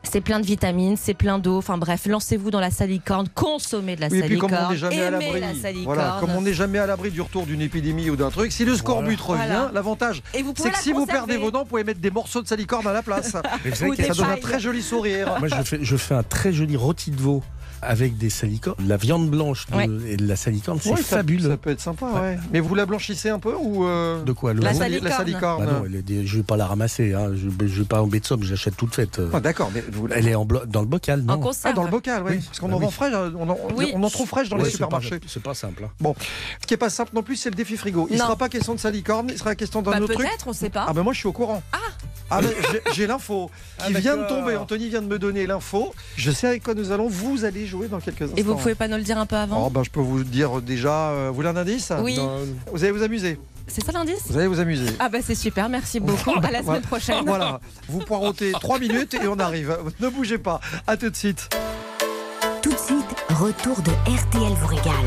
C'est plein de vitamines, c'est plein d'eau. Enfin bref, lancez-vous dans la salicorne, consommez de la Oui, et puis salicorne. comme on n'est jamais à l'abri, la salicorne. voilà, comme on n'est jamais à l'abri du retour d'une épidémie ou d'un truc, si le scorbut Voilà. revient, Voilà. l'avantage, Et vous pouvez c'est que la si vous conserver. perdez vos dents, vous pouvez mettre des morceaux de salicorne à la place. Mais vous savez Ou qu'il y a- Ça donne un pailles. très joli sourire. Moi, je fais, je fais un très joli rôti de veau avec des salicornes. La viande blanche de- Ouais. et de la salicorne, c'est Ouais, ça- fabuleux. Ça peut être sympa, ouais. Mais vous la blanchissez un peu ou euh, De quoi le La veau salicorne. La salicorne. Bah non, elle est des- je vais pas la ramasser. Hein. Je, je vais pas en baie de somme, je l'achète toute faite. Ah, d'accord, mais vous Elle est en blo- dans le bocal, non En conserve. Ah, dans le bocal, oui. Oui. Parce qu'on Bah en vend oui. fraîche, on en, Oui. on en trouve fraîche dans Ouais, les c'est pas- supermarchés. C'est pas simple. hein. Bon, ce qui est pas simple non plus, c'est le défi frigo. Il ne Non. sera pas question de salicorne, il sera question d'un Bah, autre truc. peut-être, on sait pas. Ah ben moi je suis au courant. Ah, ben, j'ai- j'ai l'info qui Ah, vient de d'accord. tomber. Anthony vient de me donner l'info. Je sais avec quoi nous allons. Vous allez jouer dans quelques instants. Et vous pouvez pas nous le dire un peu avant Oh, ben, je peux vous dire déjà. euh, vous voulez un indice Oui. Dans- Vous allez vous amuser. C'est ça l'indice Vous allez vous amuser. Ah bah c'est super, merci beaucoup. À la semaine Voilà. prochaine. Voilà. Vous poirotez trois minutes et on arrive. Ne bougez pas. À tout de suite. Tout de suite, retour de R T L vous régale.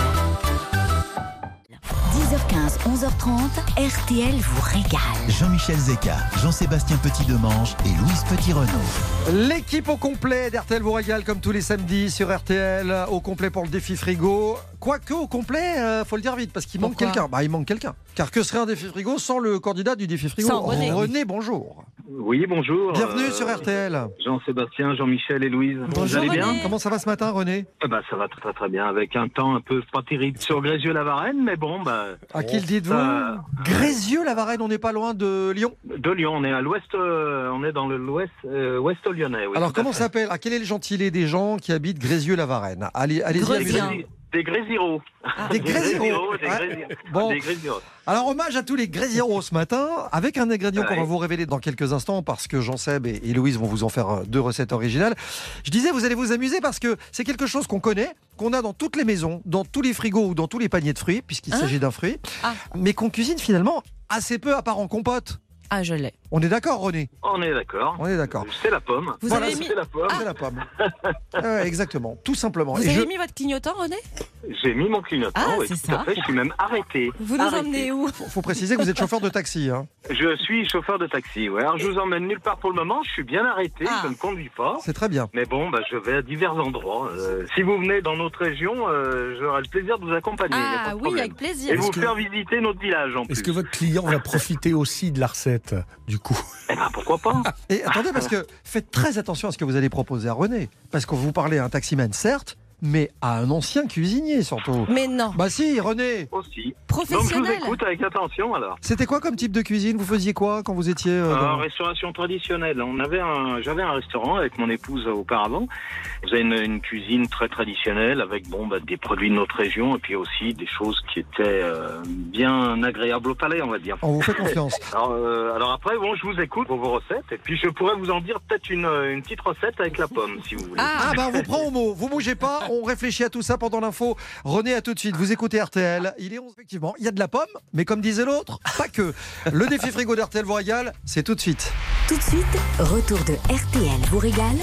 dix heures quinze, onze heures trente, R T L vous régale. Jean-Michel Zeka, Jean-Sébastien Petit-Demange et Louise Petit-Renaud. L'équipe au complet d'R T L vous régale comme tous les samedis sur R T L. Au complet pour le défi frigo. Quoique au complet, euh, faut le dire vite parce qu'il manque Pourquoi quelqu'un. Bah il manque quelqu'un. Car que serait un défi frigo sans le candidat du défi frigo Sans René. bonjour. Oui, bonjour. Bienvenue euh, sur R T L. Jean-Sébastien, Jean-Michel et Louise. Bonjour, Vous allez bien René. Comment ça va ce matin, René? Eh ben, ça va très très bien, avec un temps un peu pas terrible sur Grézieux-la-Varenne, mais bon, bah, À qui le dites-vous? ça- Grézieux-la-Varenne, on n'est pas loin de Lyon. de Lyon, on est à l'ouest, euh, on est dans le l'ouest, euh, ouest lyonnais. Oui, Alors tout à comment fait. ça s'appelle? Ah, quel est le gentilé des gens qui habitent Grézieux-la-Varenne? Allez, allez-y. Grésien. amusez-vous. Des Grésiros. Des Grésiros. Des Ah, Grésiros. bon. Des Grésiros. Alors hommage à tous les Grésiros ce matin, avec un ingrédient qu'on Ouais. va vous révéler dans quelques instants parce que Jean-Seb et, et Louise vont vous en faire euh, deux recettes originales. Je disais, vous allez vous amuser parce que c'est quelque chose qu'on connaît, qu'on a dans toutes les maisons, dans tous les frigos ou dans tous les paniers de fruits, puisqu'il Hein s'agit d'un fruit, Ah. mais qu'on cuisine finalement assez peu à part en compote. Ah je l'ai. On est d'accord, René? On est d'accord. On est d'accord. C'est la pomme. Vous Voilà, avez mis, C'est la pomme. C'est la pomme. Ouais, exactement, tout simplement. vous Et avez je- mis votre clignotant, René? J'ai mis mon clignotant, Ah, oui, c'est tout à ça. fait. Je suis même arrêté. Vous nous Arrêté. emmenez où? faut, faut préciser que vous êtes chauffeur de taxi. Hein. Je suis chauffeur de taxi. Ouais. Alors je vous emmène nulle part pour le moment. Je suis bien arrêté. Ah. Je ne conduis pas. C'est très bien. Mais bon, bah, je vais à divers endroits. Euh, si vous venez dans notre région, euh, j'aurai le plaisir de vous accompagner. y a pas Ah de oui, problème. avec plaisir. Et vous que- faire visiter notre village en plus. Est-ce que votre client va profiter aussi de la recette, du coup? Eh ben, pourquoi pas. Et attendez, parce que faites très attention à ce que vous allez proposer à René. Parce que vous parlez à un taximan, certes, mais à un ancien cuisinier surtout. Mais non. Bah si, René. Aussi. Donc je vous Professionnel. écoute avec attention alors. C'était quoi comme type de cuisine? Vous faisiez quoi quand vous étiez euh, Euh, dans- restauration traditionnelle. On avait un, j'avais un restaurant avec mon épouse auparavant. Vous avez une, une cuisine très traditionnelle avec bon bah, des produits de notre région et puis aussi des choses qui étaient euh, bien agréables au palais, on va dire. On vous fait confiance. Alors, euh, alors après, bon, je vous écoute pour vos recettes et puis je pourrais vous en dire peut-être une, une petite recette avec la pomme, si vous voulez. Ah bah on vous prend au mot, vous bougez pas, on réfléchit à tout ça pendant l'info. René, à tout de suite, vous écoutez R T L, il est onze, effectivement, il y a de la pomme, mais comme disait l'autre, pas que. Le défi frigo d'R T L vous régale, c'est tout de suite. Tout de suite, retour de R T L vous régale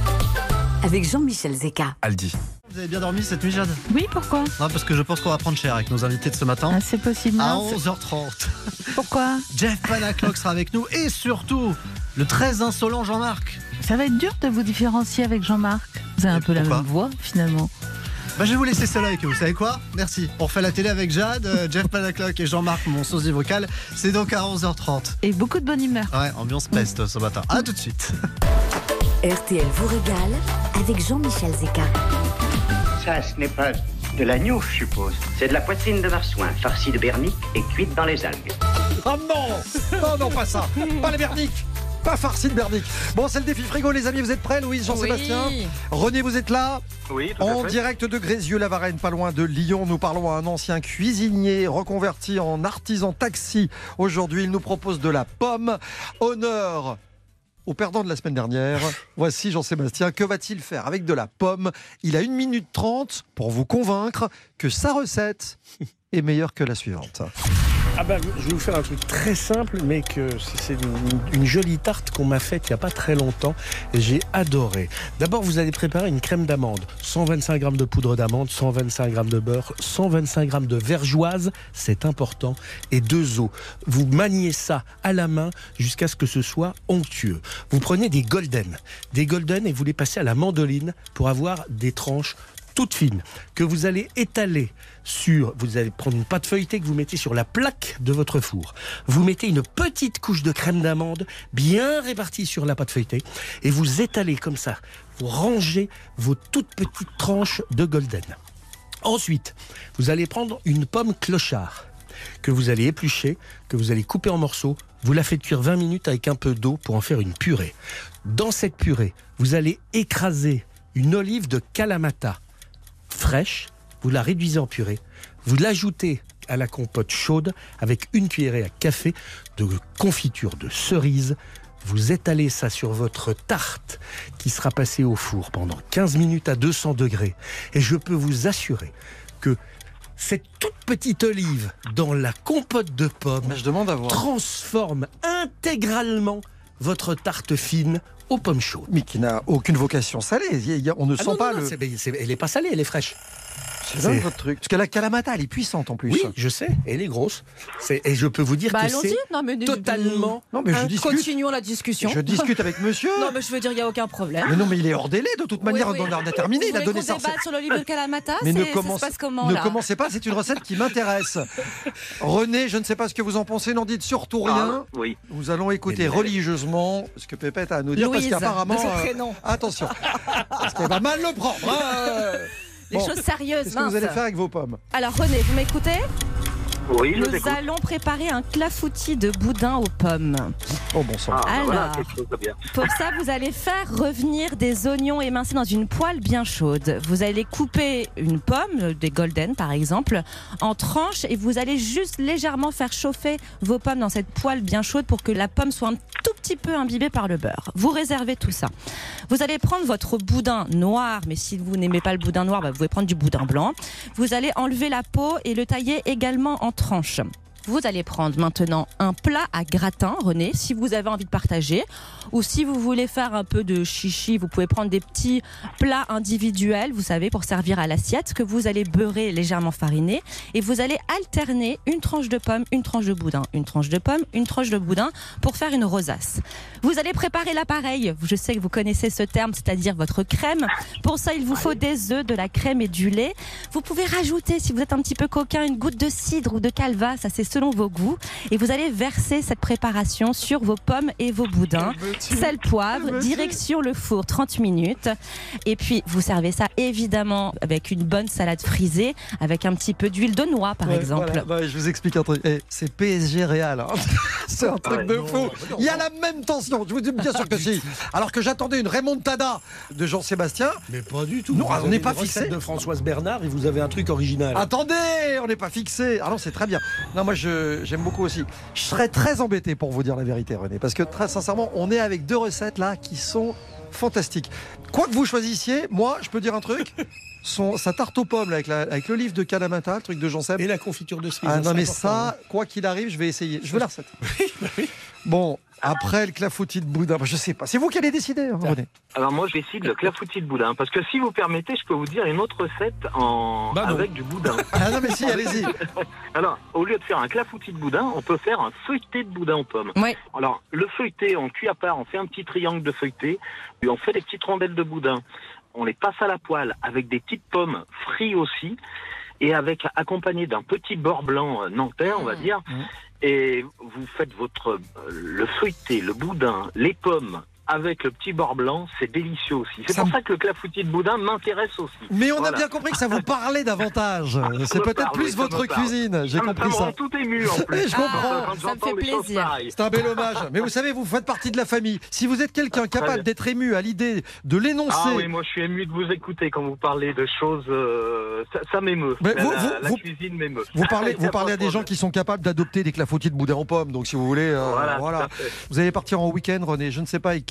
avec Jean-Michel Zeka. Aldi. Vous avez bien dormi cette nuit, Jade? Oui, pourquoi? Non, parce que je pense qu'on va prendre cher avec nos invités de ce matin. Ah, c'est possible. À non, c'est- onze heures trente. Pourquoi? Jeff Panaclock sera avec nous et surtout le très insolent Jean-Marc. Ça va être dur de vous différencier avec Jean-Marc. Vous avez un Et peu la pourquoi même voix, finalement. Bah, je vais vous laisser seul avec eux. Vous savez quoi? Merci. On fait la télé avec Jade, euh, Jeff Panaclock et Jean-Marc, mon sosie vocal. C'est donc à onze heures trente. Et beaucoup de bonne humeur. Ouais, ambiance peste ce matin. À tout de suite. R T L vous régale avec Jean-Michel Zeka. Ça, ce n'est pas de l'agneau, je suppose. C'est de la poitrine de marsouin, farcie de bernique et cuite dans les algues. Oh non, non, non, pas ça, pas les berniques, pas farci de bernique. Bon, c'est le défi frigo, les amis, vous êtes prêts, Louise, Jean-Sébastien? Oui. René, vous êtes là? Oui, tout à En fait. direct de Grézieux-la-Varenne, pas loin de Lyon, nous parlons à un ancien cuisinier reconverti en artisan taxi. Aujourd'hui, il nous propose de la pomme. Honneur au perdant de la semaine dernière. Voici Jean-Sébastien. Que va-t-il faire avec de la pomme? Il a une minute trente pour vous convaincre que sa recette est meilleure que la suivante. Ah bah, je vais vous faire un truc très simple, mais que c'est une, une jolie tarte qu'on m'a faite il n'y a pas très longtemps et j'ai adoré. D'abord, vous allez préparer une crème d'amande. cent vingt-cinq grammes de poudre d'amande, cent vingt-cinq grammes de beurre, cent vingt-cinq grammes de vergeoise, c'est important, et deux œufs. Vous maniez ça à la main jusqu'à ce que ce soit onctueux. Vous prenez des golden, des golden et vous les passez à la mandoline pour avoir des tranches toute fine, que vous allez étaler sur, vous allez prendre une pâte feuilletée que vous mettez sur la plaque de votre four. Vous mettez une petite couche de crème d'amande bien répartie sur la pâte feuilletée et vous étalez comme ça. Vous rangez vos toutes petites tranches de golden. Ensuite, vous allez prendre une pomme clochard que vous allez éplucher, que vous allez couper en morceaux. Vous la faites cuire vingt minutes avec un peu d'eau pour en faire une purée. Dans cette purée, vous allez écraser une olive de Kalamata fraîche, vous la réduisez en purée, vous l'ajoutez à la compote chaude avec une cuillerée à café de confiture de cerise. Vous étalez ça sur votre tarte qui sera passée au four pendant quinze minutes à deux cents degrés. Et je peux vous assurer que cette toute petite olive dans la compote de pommes Mais je demande à voir. transforme intégralement votre tarte fine aux pommes chaudes. Mais qui n'a aucune vocation salée. Il y a- On ne Ah sent non, pas non, non, le. c'est- c'est- elle n'est pas salée, elle est fraîche. C'est dingue votre truc. Parce que la Kalamata, elle est puissante en plus. Oui, je sais, elle est grosse. C'est- Et je peux vous dire Bah que allons-y. c'est Non mais totalement... Non, mais je Euh, discute. Continuons la discussion. Je discute avec monsieur. Non mais je veux dire, il n'y a aucun problème. Mais non, mais il est hors délai de toute manière. Oui, oui. On a terminé. Il a Vous donné voulez sa qu'on recette. débatte sur l'olive de Kalamata. Mais ne, C'est- ça commence- se passe comment ne là commencez pas, c'est une recette qui m'intéresse. René, je ne sais pas ce que vous en pensez, n'en dites surtout rien. Ah, oui. Nous allons écouter religieusement ce que Pépette a à nous dire Louise, parce qu'apparemment. de son euh, prénom. attention, parce qu'elle va mal le prendre. hein. Les Bon, choses sérieuses, Qu'est-ce que vous mince. allez faire avec vos pommes? Alors René, vous m'écoutez? Oui, je Nous vous écoute. allons préparer un clafoutis de boudin aux pommes. Oh bon sang. Ah, bah Alors. voilà, quelque chose de bien. Pour ça, vous allez faire revenir des oignons émincés dans une poêle bien chaude. Vous allez couper une pomme, des golden par exemple, en tranches et vous allez juste légèrement faire chauffer vos pommes dans cette poêle bien chaude pour que la pomme soit un tout petit peu imbibée par le beurre. Vous réservez tout ça. Vous allez prendre votre boudin noir, mais si vous n'aimez pas le boudin noir, bah, vous pouvez prendre du boudin blanc. Vous allez enlever la peau et le tailler également en tranches. Vous allez prendre maintenant un plat à gratin, René, si vous avez envie de partager. Ou si vous voulez faire un peu de chichi, vous pouvez prendre des petits plats individuels, vous savez, pour servir à l'assiette, que vous allez beurrer légèrement fariné. Et vous allez alterner une tranche de pomme, une tranche de boudin, une tranche de pomme, une tranche de boudin pour faire une rosace. Vous allez préparer l'appareil. Je sais que vous connaissez ce terme, c'est-à-dire votre crème. Pour ça, il vous faut des œufs, de la crème et du lait. Vous pouvez rajouter, si vous êtes un petit peu coquin, une goutte de cidre ou de calva, ça c'est selon vos goûts. Et vous allez verser cette préparation sur vos pommes et vos boudins. Sel, poivre, direction le four trente minutes. Et puis, vous servez ça évidemment avec une bonne salade frisée, avec un petit peu d'huile de noix par Ouais, exemple. voilà. Ouais, je vous explique un truc. Eh, c'est P S G Real. hein. C'est un truc Ouais, de non, fou. non, non, Il y a la même tension. Je vous dis bien sûr que si. Alors que j'attendais une remontada de Jean-Sébastien. Mais pas du tout. Non, Vous on avez n'est une pas recette fixé. de Françoise Bernard et vous avez un truc original. Attendez, on n'est pas fixé. Ah non, c'est très bien. Non, moi, je, j'aime beaucoup aussi. Je serais très embêté pour vous dire la vérité, René, parce que très sincèrement, on est avec deux recettes là qui sont fantastiques. Quoi que vous choisissiez, moi, je peux dire un truc. Son, sa tarte aux pommes là, avec, la- avec l'olive de Kalamata, le truc de Jean Seb. Et la confiture de cerise. Ah non, c'est mais important. ça, quoi qu'il arrive, je vais essayer. Je veux la recette. Bon, après le clafoutis de boudin, bah, je sais pas. C'est vous qui allez décider, hein, René. Alors moi, je décide le clafoutis de boudin. Parce que si vous permettez, je peux vous dire une autre recette en... Bah non. avec du boudin. Ah non, mais si, allez-y. Alors, au lieu de faire un clafoutis de boudin, on peut faire un feuilleté de boudin aux pommes. Oui. Alors, le feuilleté, on cuit à part, on fait un petit triangle de feuilleté, puis on fait des petites rondelles de boudin. On les passe à la poêle avec des petites pommes frites aussi, et avec accompagné d'un petit beurre blanc euh, nantais, on va dire. Mmh. Et vous faites votre euh, le feuilleté, le boudin, les pommes avec le petit beurre blanc, c'est délicieux aussi. C'est Ça pour me- ça que le clafoutis de boudin m'intéresse aussi. Mais on Voilà. a bien compris que ça vous parlait davantage. C'est me peut-être parle, plus oui, ça votre me parle. cuisine. J'ai Ça me- compris ça me ça. rend tout ému en plus. Je comprends. Quand Ça me j'entends fait des choses plaisir. pareilles. C'est un bel hommage. Mais vous savez, vous faites partie de la famille. Si vous êtes quelqu'un Très capable bien. d'être ému à l'idée de l'énoncer. Ah oui, moi je suis ému de vous écouter quand vous parlez de choses. euh, ça ça m'émeut. Mais La, vous- la- vous- la vous- cuisine m'émeut. Vous parlez, Y a vous pas parlez de à des gens problème. qui sont capables d'adopter des clafoutis de boudin aux pommes. Donc, si vous voulez, euh, Voilà, voilà. tout à fait. Vous allez partir en week-end, René. Je ne sais pas avec qui.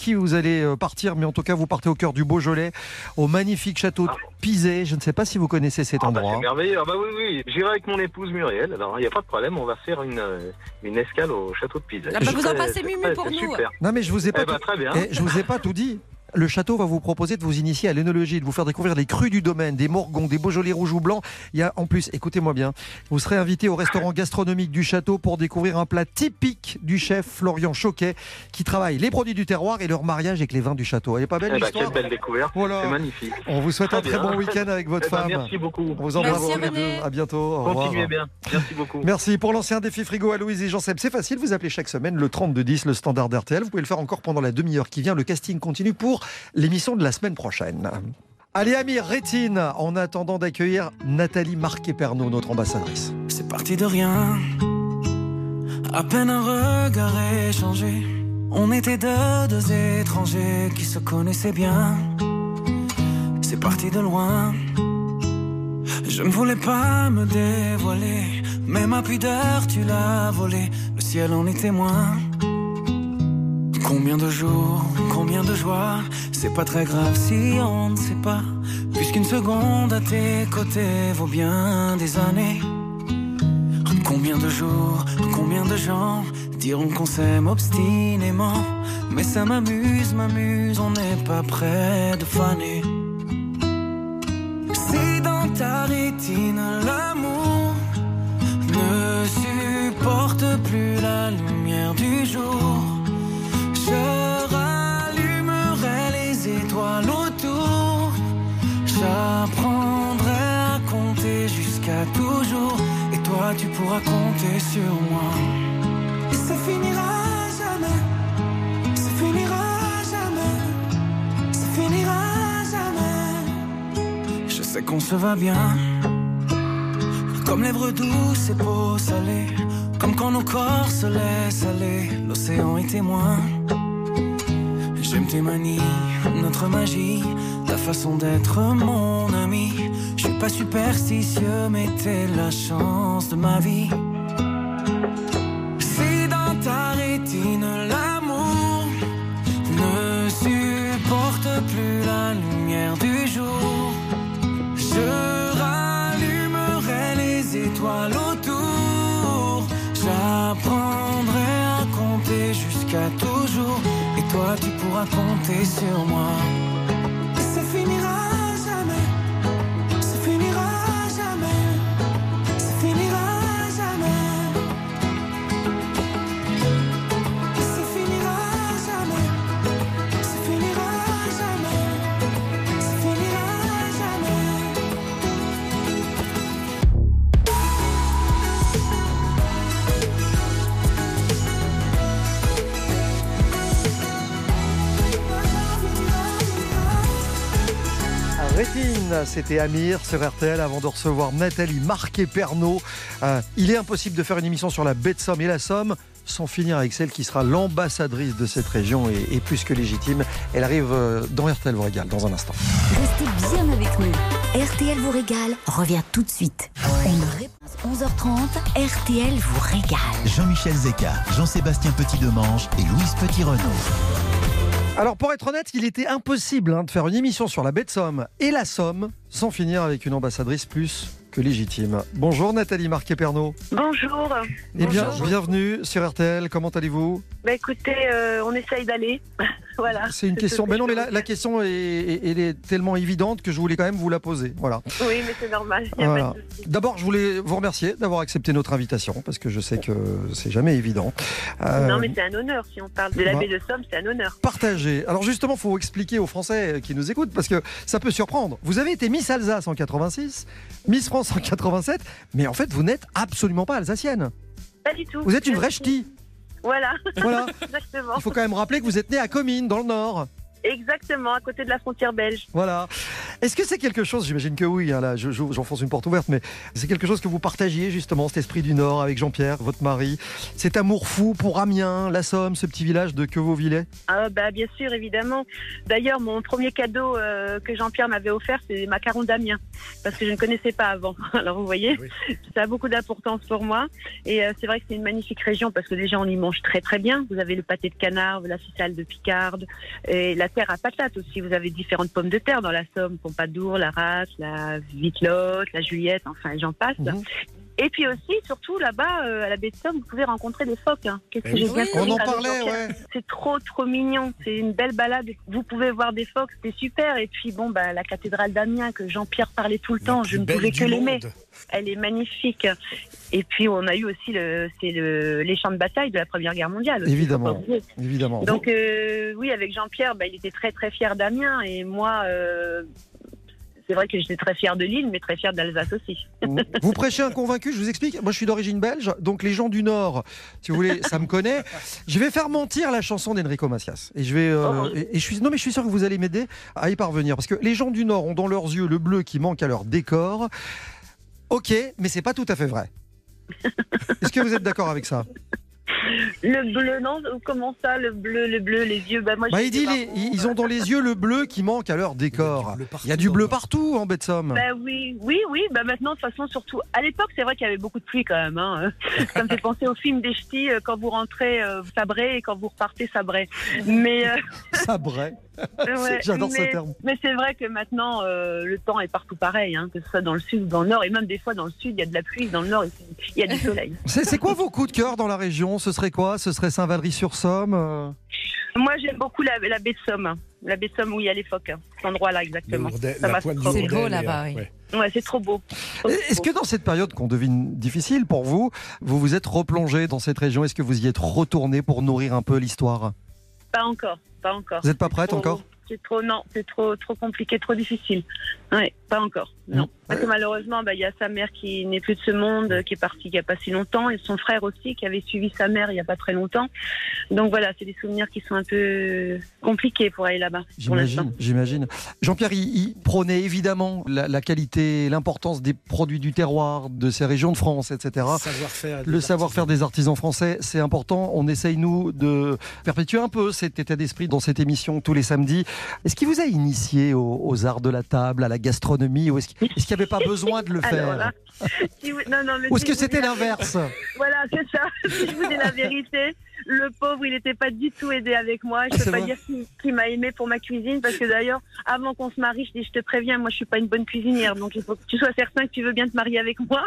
qui vous allez euh, partir, mais en tout cas, vous partez au cœur du Beaujolais, au magnifique château de Pizet. Je ne sais pas si vous connaissez cet Ah bah, endroit. c'est merveilleux. Ah bah oui, oui. J'irai avec mon épouse Muriel. Alors, il n'y a pas de problème. On va faire une, euh, une escale au château de Pizet. Ah bah, C'est vous en très- passez c'est Mumu très- pour c'est nous. Super. Non, mais je vous ai pas Eh bah, tout... très bien. Eh, je vous ai pas tout dit. Le château va vous proposer de vous initier à l'énologie, de vous faire découvrir les crus du domaine, des morgons, des Beaujolais rouges ou blancs. Il y a en plus, écoutez-moi bien, vous serez invité au restaurant gastronomique du château pour découvrir un plat typique du chef Florian Choquet qui travaille les produits du terroir et leur mariage avec les vins du château. Elle est pas belle Eh bah, l'histoire? quelle belle découverte. Voilà. C'est magnifique. On vous souhaite Très un très bien. bon week-end avec votre Eh ben, femme. merci beaucoup. On vous embrasse Merci, tous les René. deux. À bientôt. Au revoir. Continuez bien. Merci beaucoup. Merci. Pour l'ancien défi frigo à Louise et Jean-Seb, c'est facile, vous appelez chaque semaine le trente-deux dix, le standard d'R T L. Vous pouvez le faire encore pendant la demi-heure qui vient. Le casting continue pour l'émission de la semaine prochaine. Allez, Amir, rétine, en attendant d'accueillir Nathalie Marquet-Pernot, notre ambassadrice. C'est parti de rien, à peine un regard échangé. On était deux, deux étrangers qui se connaissaient bien. C'est parti de loin, je ne voulais pas me dévoiler, mais ma pudeur tu l'as volée, le ciel en est témoin. Combien de jours, combien de joies, c'est pas très grave si on ne sait pas, puisqu'une seconde à tes côtés vaut bien des années. Combien de jours, combien de gens diront qu'on s'aime obstinément, mais ça m'amuse, m'amuse, on n'est pas près de faner. Si dans ta rétine l'amour ne supporte plus la lumière du jour, je rallumerai les étoiles autour, j'apprendrai à compter jusqu'à toujours, et toi tu pourras compter sur moi. Et ça finira jamais, ça finira jamais, ça finira jamais. Je sais qu'on se va bien, comme lèvres douces et peau salée, comme quand nos corps se laissent aller, l'océan est témoin. J'aime tes manies, notre magie, ta façon d'être mon ami. Je suis pas superstitieux, mais t'es la chance de ma vie. Si dans ta rétine l'amour ne supporte plus la lumière du jour, je rallumerai les étoiles autour, j'apprendrai à compter jusqu'à toujours, et toi tu pourras compter sur moi. Ça finira jamais, ça finira jamais, ça finira jamais, ça finira jamais, ça finira jamais, ça finira jamais. Rétine, c'était Amir sur R T L avant de recevoir Nathalie Marquet-Pernot. Euh, il est impossible de faire une émission sur la baie de Somme et la Somme sans finir avec celle qui sera l'ambassadrice de cette région et, et plus que légitime. Elle arrive euh, dans R T L vous régale dans un instant. Restez bien avec nous. R T L vous régale revient tout de suite. Une réponse onze heures trente, R T L vous régale. Jean-Michel Zeka, Jean-Sébastien Petit-Demange et Louise Petit-Renaud. Alors pour être honnête, il était impossible hein, de faire une émission sur la baie de Somme et la Somme sans finir avec une ambassadrice plus que légitime. Bonjour Nathalie Marquet-Pernot. Bonjour. Eh bien, Bonjour. bienvenue sur R T L, comment allez-vous? Bah écoutez, euh, on essaye d'aller. Voilà. C'est une question, ce mais que non, je mais la, peux la dire. question est, est- elle est tellement évidente que je voulais quand même vous la poser. Voilà. Oui, mais c'est normal. y a Voilà. pas de souci. D'abord, je voulais vous remercier d'avoir accepté notre invitation parce que je sais que c'est jamais évident. Euh, Non, mais c'est un honneur. Si on parle de la bah- baie de Somme, c'est un honneur. Partagé. Alors justement, il faut expliquer aux Français qui nous écoutent parce que ça peut surprendre. Vous avez été Miss Alsace en quatre-vingt-six, Miss France en quatre-vingt-sept, mais en fait, vous n'êtes absolument pas alsacienne. Pas du tout. Vous êtes une Pas vraie du tout. ch'ti. Voilà. Voilà. Exactement. Il faut quand même rappeler que vous êtes né à Comines, dans le Nord. Exactement, à côté de la frontière belge. Voilà. Est-ce que c'est quelque chose, j'imagine que oui, hein, là, je, je, j'enfonce une porte ouverte, mais c'est quelque chose que vous partagiez justement, cet esprit du Nord avec Jean-Pierre, votre mari, cet amour fou pour Amiens, la Somme, ce petit village de Quevauvillers? Ah bah bien sûr, évidemment. D'ailleurs, mon premier cadeau euh, que Jean-Pierre m'avait offert, c'est des macarons d'Amiens, parce que je ne connaissais pas avant. Alors vous voyez, oui. Ça a beaucoup d'importance pour moi. Et euh, c'est vrai que c'est une magnifique région, parce que déjà on y mange très très bien. Vous avez le pâté de canard, la ficelle de Picarde, et la terre à patates aussi. Vous avez différentes pommes de terre dans la Somme, Pompadour, la Race, la Vitelotte, la Juliette, enfin j'en passe. Mmh. Et puis aussi, surtout là-bas, euh, à la baie de Somme, vous pouvez rencontrer des phoques. Hein. Qu'est-ce que oui, j'ai bien on en parlait, ouais. C'est trop, trop mignon. C'est une belle balade. Vous pouvez voir des phoques, c'était super. Et puis bon, bah la cathédrale d'Amiens que Jean-Pierre parlait tout le la temps, je ne pouvais que l'aimer. Elle est magnifique. Et puis on a eu aussi le, c'est le, les champs de bataille de la Première Guerre mondiale. Aussi, évidemment, évidemment. Donc euh, oui, avec Jean-Pierre, bah, il était très très fier d'Amiens et moi. Euh, C'est vrai que j'étais très fière de Lille, mais très fière d'Alsace aussi. Vous prêchez un convaincu, je vous explique. Moi, je suis d'origine belge, donc les gens du Nord, si vous voulez, ça me connaît. Je vais faire mentir la chanson d'Enrico Macias. Et je vais, euh, oh. et, et je suis, non, mais je suis sûr que vous allez m'aider à y parvenir, parce que les gens du Nord ont dans leurs yeux le bleu qui manque à leur décor. Ok, mais c'est pas tout à fait vrai. Est-ce que vous êtes d'accord avec ça? Le bleu, non? Comment ça, le bleu, le bleu, les yeux? Bah, moi, bah, il dit les, ils ont dans les yeux le bleu qui manque à leur décor. Il y a du bleu partout en baie de Somme. Bah oui, oui, oui. Bah maintenant, de toute façon, surtout à l'époque, c'est vrai qu'il y avait beaucoup de pluie quand même. Hein. Ça me fait penser au film des Ch'tis, quand vous rentrez euh, sabré et quand vous repartez sabré. Mais euh... sabré. Ouais, j'adore mais, ce terme. Mais c'est vrai que maintenant, euh, le temps est partout pareil, hein, que ce soit dans le sud ou dans le nord, et même des fois dans le sud, il y a de la pluie, dans le nord, il y a du soleil. C'est, c'est quoi vos coups de cœur dans la région? Ce serait quoi? Ce serait Saint-Valery-sur-Somme? euh... Moi, j'aime beaucoup la, la baie de Somme, la baie de Somme où il y a les phoques, cet endroit-là exactement. Lourdes, Ça m'a c'est beau là-bas, oui. Ouais. Ouais, c'est trop beau. Trop, Est-ce trop que dans cette période qu'on devine difficile pour vous, vous vous êtes replongé dans cette région? Est-ce que vous y êtes retourné pour nourrir un peu l'histoire? Pas encore, pas encore. Vous n'êtes pas prête trop, encore? C'est trop, non, c'est trop, trop compliqué, trop difficile. Ouais, pas encore, non. Parce que malheureusement, bah, y a sa mère qui n'est plus de ce monde, qui est partie il n'y a pas si longtemps, et son frère aussi, qui avait suivi sa mère il n'y a pas très longtemps. Donc voilà, c'est des souvenirs qui sont un peu compliqués pour aller là-bas. J'imagine, j'imagine. Jean-Pierre, il, il prônait évidemment la, la qualité, l'importance des produits du terroir, de ces régions de France, et cetera. Savoir-faire Le savoir-faire des artisans français, c'est important. On essaye, nous, de perpétuer un peu cet état d'esprit dans cette émission tous les samedis. Est-ce qu'il vous a initié aux, aux arts de la table, à la gastronomie, ou est-ce qu'il est-ce qu'il n'y avait pas besoin de le faire? Alors là, si vous, non, non, mais ou est-ce si que c'était l'inverse? Voilà, c'est ça. Si je vous dis la vérité, le pauvre, il n'était pas du tout aidé avec moi. Je ne ah, peux pas vrai. dire qu'il, qu'il m'a aimé pour ma cuisine, parce que d'ailleurs, avant qu'on se marie, je dis, je te préviens, moi, je suis pas une bonne cuisinière, donc il faut que tu sois certain que tu veux bien te marier avec moi.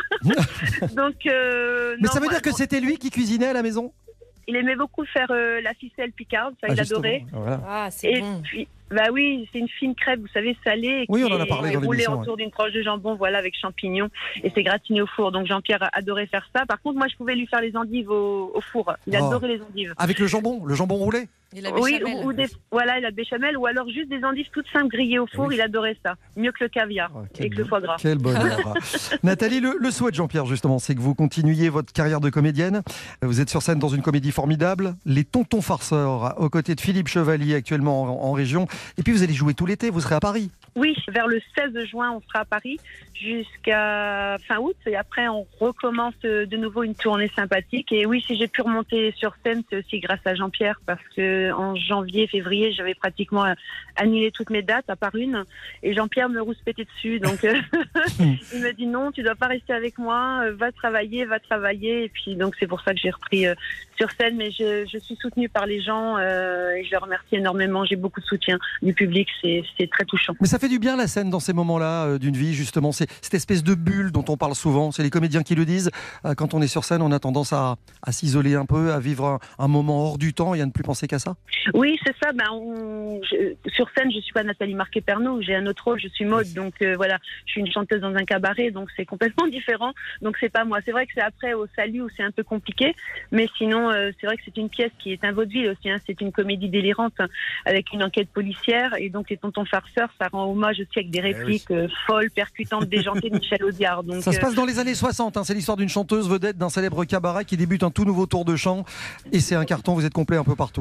donc, euh, mais non, ça veut moi, dire que c'était lui qui cuisinait à la maison? Il aimait beaucoup faire euh, la ficelle picarde, ça, ah, il adorait. Voilà. Ah, c'est Et bon. puis, bah oui, c'est une fine crêpe, vous savez, salée. Et oui, qui on en a parlé est dans roulée l'émission. autour Ouais. d'une tranche de jambon, voilà, avec champignons. Et c'est gratiné au four. Donc Jean-Pierre adorait faire ça. Par contre, moi, je pouvais lui faire les endives au, au four. Il Oh. adorait les endives. Avec le jambon, le jambon roulé? Et la Oui, béchamel. ou, ou des, voilà, la béchamel, ou alors juste des endives toutes simples grillées au four. Oui. Il adorait ça. Mieux que le caviar Oh, et que le foie gras. Quel bonheur. Nathalie, le, le souhait de Jean-Pierre, justement, c'est que vous continuiez votre carrière de comédienne. Vous êtes sur scène dans une comédie formidable, Les Tontons Farceurs, aux côtés de Philippe Chevalier, actuellement en, en région. Et puis vous allez jouer tout l'été, vous serez à Paris. Oui, vers le seize juin, on sera à Paris jusqu'à fin août. Et après, on recommence de nouveau une tournée sympathique. Et oui, si j'ai pu remonter sur scène, c'est aussi grâce à Jean-Pierre, parce que en janvier, février, j'avais pratiquement annulé toutes mes dates, à part une. Et Jean-Pierre me rouspétait dessus. Donc, euh, il me dit non, tu dois pas rester avec moi. Va travailler, va travailler. Et puis, donc, c'est pour ça que j'ai repris euh, sur scène. Mais je, je suis soutenue par les gens euh, et je les remercie énormément. J'ai beaucoup de soutien du public. C'est, c'est très touchant. Mais ça fait du bien la scène dans ces moments-là euh, d'une vie, justement. C'est cette espèce de bulle dont on parle souvent. C'est les comédiens qui le disent. Euh, quand on est sur scène, on a tendance à, à s'isoler un peu, à vivre un, un moment hors du temps et à ne plus penser qu'à ça. Oui, c'est ça. Ben, on, je, sur scène, je suis pas Nathalie Marquet-Pernot. J'ai un autre rôle. Je suis Maud. Donc euh, voilà, je suis une chanteuse dans un cabaret. Donc c'est complètement différent. Donc c'est pas moi. C'est vrai que c'est après au Salut où c'est un peu compliqué. Mais sinon, euh, c'est vrai que c'est une pièce qui est un vaudeville aussi. Hein. C'est une comédie délirante hein, avec une enquête policière. Et donc les Tontons Farceurs, ça rend hommage aussi avec des répliques euh, folles, percutantes, déjantées de Michel Audiard. Donc, ça se euh, passe dans les années soixante. Hein. C'est l'histoire d'une chanteuse vedette d'un célèbre cabaret qui débute un tout nouveau tour de chant. Et c'est un carton. Vous êtes complet un peu partout.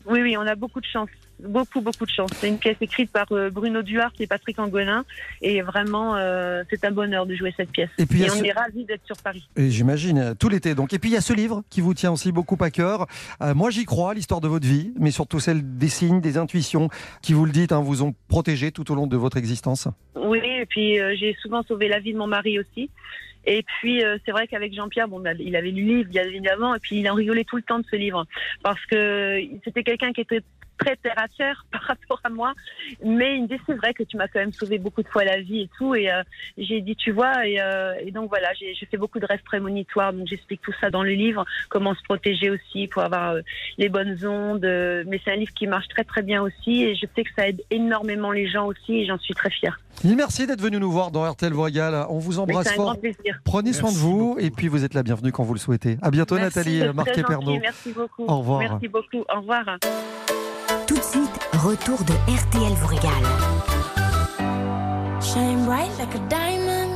Oui, oui, on a beaucoup de chance. Beaucoup, beaucoup de chance. C'est une pièce écrite par euh, Bruno Duhart et Patrick Angonin. Et vraiment, euh, c'est un bonheur de jouer cette pièce. Et, puis, et on ce... est ravis d'être sur Paris. Et j'imagine, tout l'été. Donc. Et puis il y a ce livre qui vous tient aussi beaucoup à cœur. Euh, moi j'y crois, l'histoire de votre vie, mais surtout celle des signes, des intuitions qui, vous le dites, hein, vous ont protégé tout au long de votre existence. Oui, et puis euh, j'ai souvent sauvé la vie de mon mari aussi. Et puis, euh, c'est vrai qu'avec Jean-Pierre, bon, il avait lu le livre, bien évidemment, et puis il en rigolait tout le temps de ce livre. Parce que c'était quelqu'un qui était très terre à terre par rapport à moi, mais il me dit c'est vrai que tu m'as quand même sauvé beaucoup de fois la vie et tout, et euh, j'ai dit tu vois, et, euh, et donc voilà, j'ai, j'ai fait beaucoup de rêves prémonitoires, donc j'explique tout ça dans le livre, comment se protéger aussi pour avoir euh, les bonnes ondes, euh, mais c'est un livre qui marche très très bien aussi, et je sais que ça aide énormément les gens aussi, et j'en suis très fière. Merci d'être venu nous voir dans R T L vous régale. On vous embrasse c'est un fort. grand plaisir. Prenez soin Merci de vous beaucoup. Et puis vous êtes la bienvenue quand vous le souhaitez. À bientôt. Merci, Nathalie c'est Marquet très Pernot. gentil, merci beaucoup. Au revoir. Merci beaucoup. Au revoir. Tout de suite, retour de R T L vous régale. Shine bright like a diamond.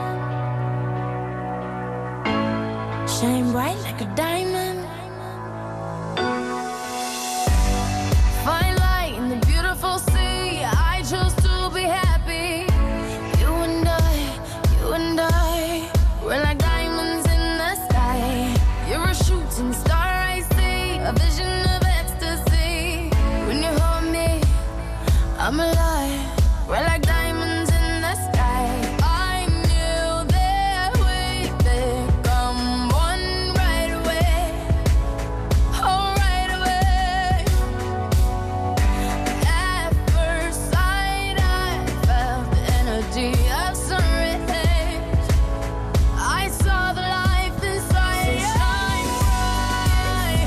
Shine bright like a diamond. Fine light in the beautiful sea. I chose to be happy. You and I, you and I, we're like diamonds in the sky. You're a shooting star, I see, a vision of ecstasy. When you hold me, I'm alive. We're like diamonds in the sky. I knew that we'd become one right away. Oh, right away. At first sight, I felt the energy of sun rays. I saw the life inside. So shine bright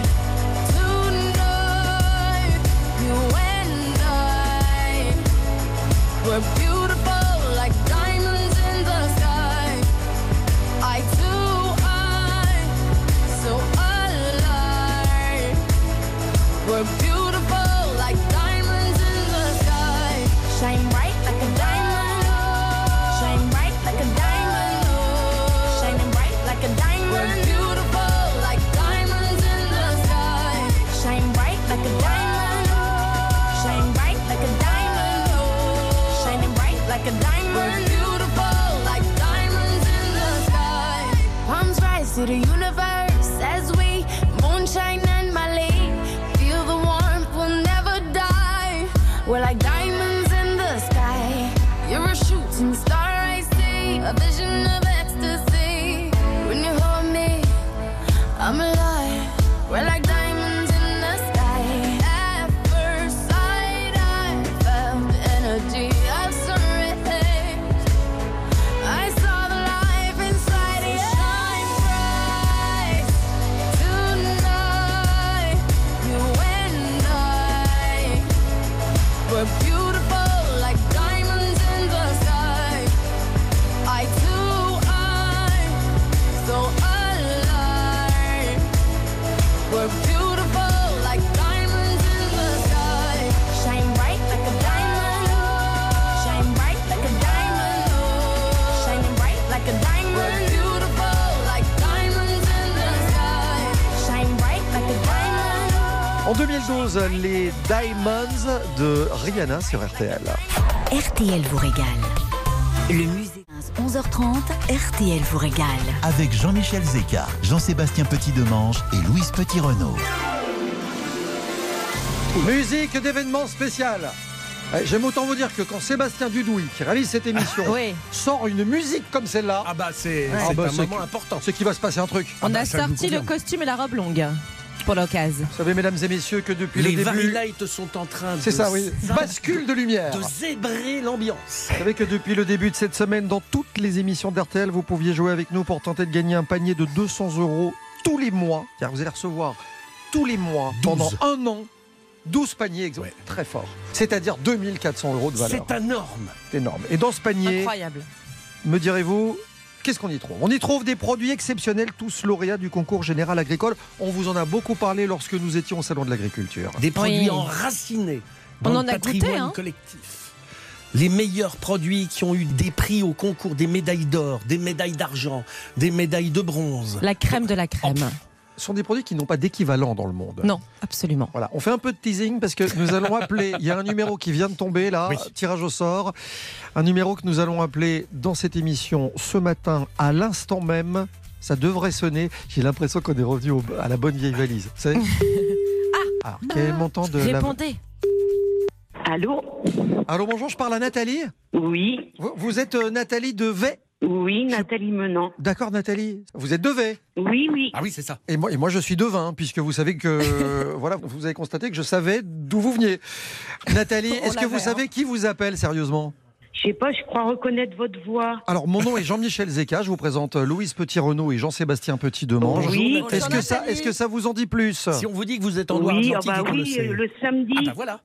tonight. You and I, we're beautiful like diamonds in the sky. I too, I, so alive. We're beautiful like diamonds in the sky. Shine bright like a diamond. Shine bright like a diamond. Shining bright like a diamond. We're beautiful like diamonds in the sky. Shine bright like a diamond. Shine bright like a diamond. Shining bright like a diamond. We're beautiful like diamonds in the sky. Palms rise to the universe as we moonshine and Mali. Feel the warmth, we'll never die. We're like diamonds in the sky. You're a shooting star, I see, a vision of ecstasy. When you hold me, I'm alive. We're like diamonds in the sky. At first sight, I felt the energy of sun rays. I saw the life inside you. Shine bright tonight. You and I, we're beautiful like diamonds in the sky. I too, I, so alive. We're beautiful like diamonds in the sky. Shine bright like a diamond. Shine bright like a diamond. Shining bright like a diamond. We're beautiful like diamonds in the sky. Shine bright like a diamond. En deux mille douze, les Diamonds de Rihanna sur R T L. R T L vous régale. Le musée onze heures trente, R T L vous régale. Avec Jean-Michel Zeka, Jean-Sébastien Petit-Demange et Louise Petit-Renaud. Musique d'événement spécial. Eh, J'aime autant vous dire que quand Sébastien Dudouis, qui réalise cette émission, Oui. sort une musique comme celle-là, Ah bah c'est Ah c'est bah, un c'est moment que- important. c'est qu'il va se passer un truc. On bah, a ça nous sorti le convient. costume et la robe longue pour l'occasion. Vous savez, mesdames et messieurs, que depuis Les le début, Varilights sont en train de c'est ça, oui, bascule de lumière. de zébrer l'ambiance. Vous savez que depuis le début de cette semaine, dans toutes les émissions d'R T L, vous pouviez jouer avec nous pour tenter de gagner un panier de deux cents euros tous les mois. Car vous allez recevoir tous les mois, pendant douze. un an, douze paniers exacts. Ouais. Très fort. C'est-à-dire deux mille quatre cents euros de valeur. C'est énorme. C'est énorme. Et dans ce panier, Incroyable. me direz-vous, qu'est-ce qu'on y trouve? On y trouve des produits exceptionnels, tous lauréats du concours général agricole. On vous en a beaucoup parlé lorsque nous étions au Salon de l'Agriculture. Des produits Oui. enracinés dans On le en a goûté, patrimoine hein. collectif. Les meilleurs produits qui ont eu des prix au concours, des médailles d'or, des médailles d'argent, des médailles de bronze. La crème de la crème. sont des produits qui n'ont pas d'équivalent dans le monde. Non, absolument. Voilà, on fait un peu de teasing parce que nous allons appeler, il y a un numéro qui vient de tomber là, Oui. tirage au sort, un numéro que nous allons appeler dans cette émission ce matin à l'instant même. Ça devrait sonner. J'ai l'impression qu'on est revenu au- à la bonne vieille valise. Vous savez ah, Alors, quel est le montant de la... Répondez. Allô? Allô, bonjour, je parle à Nathalie. Oui. Vous, vous êtes euh, Nathalie de V? Oui, Nathalie Menant. D'accord, Nathalie. Vous êtes de V? Oui, oui. Ah oui, c'est ça. Et moi, et moi, je suis devin, puisque vous savez que euh, voilà, vous avez constaté que je savais d'où vous veniez. Nathalie, On est-ce que l'avait, vous savez hein. qui vous appelle sérieusement? Je sais pas, je crois reconnaître votre voix. Alors, mon nom est Jean-Michel Zeka. Je vous présente Louise Petit-Renaud et Jean-Sébastien Petit-Demange. Oui. Est-ce que ça, est-ce que ça vous en dit plus? Si on vous dit que vous êtes en Oui, Loire-Atlantique ah bah et qu'on le oui, sait. le samedi, Ah bah voilà.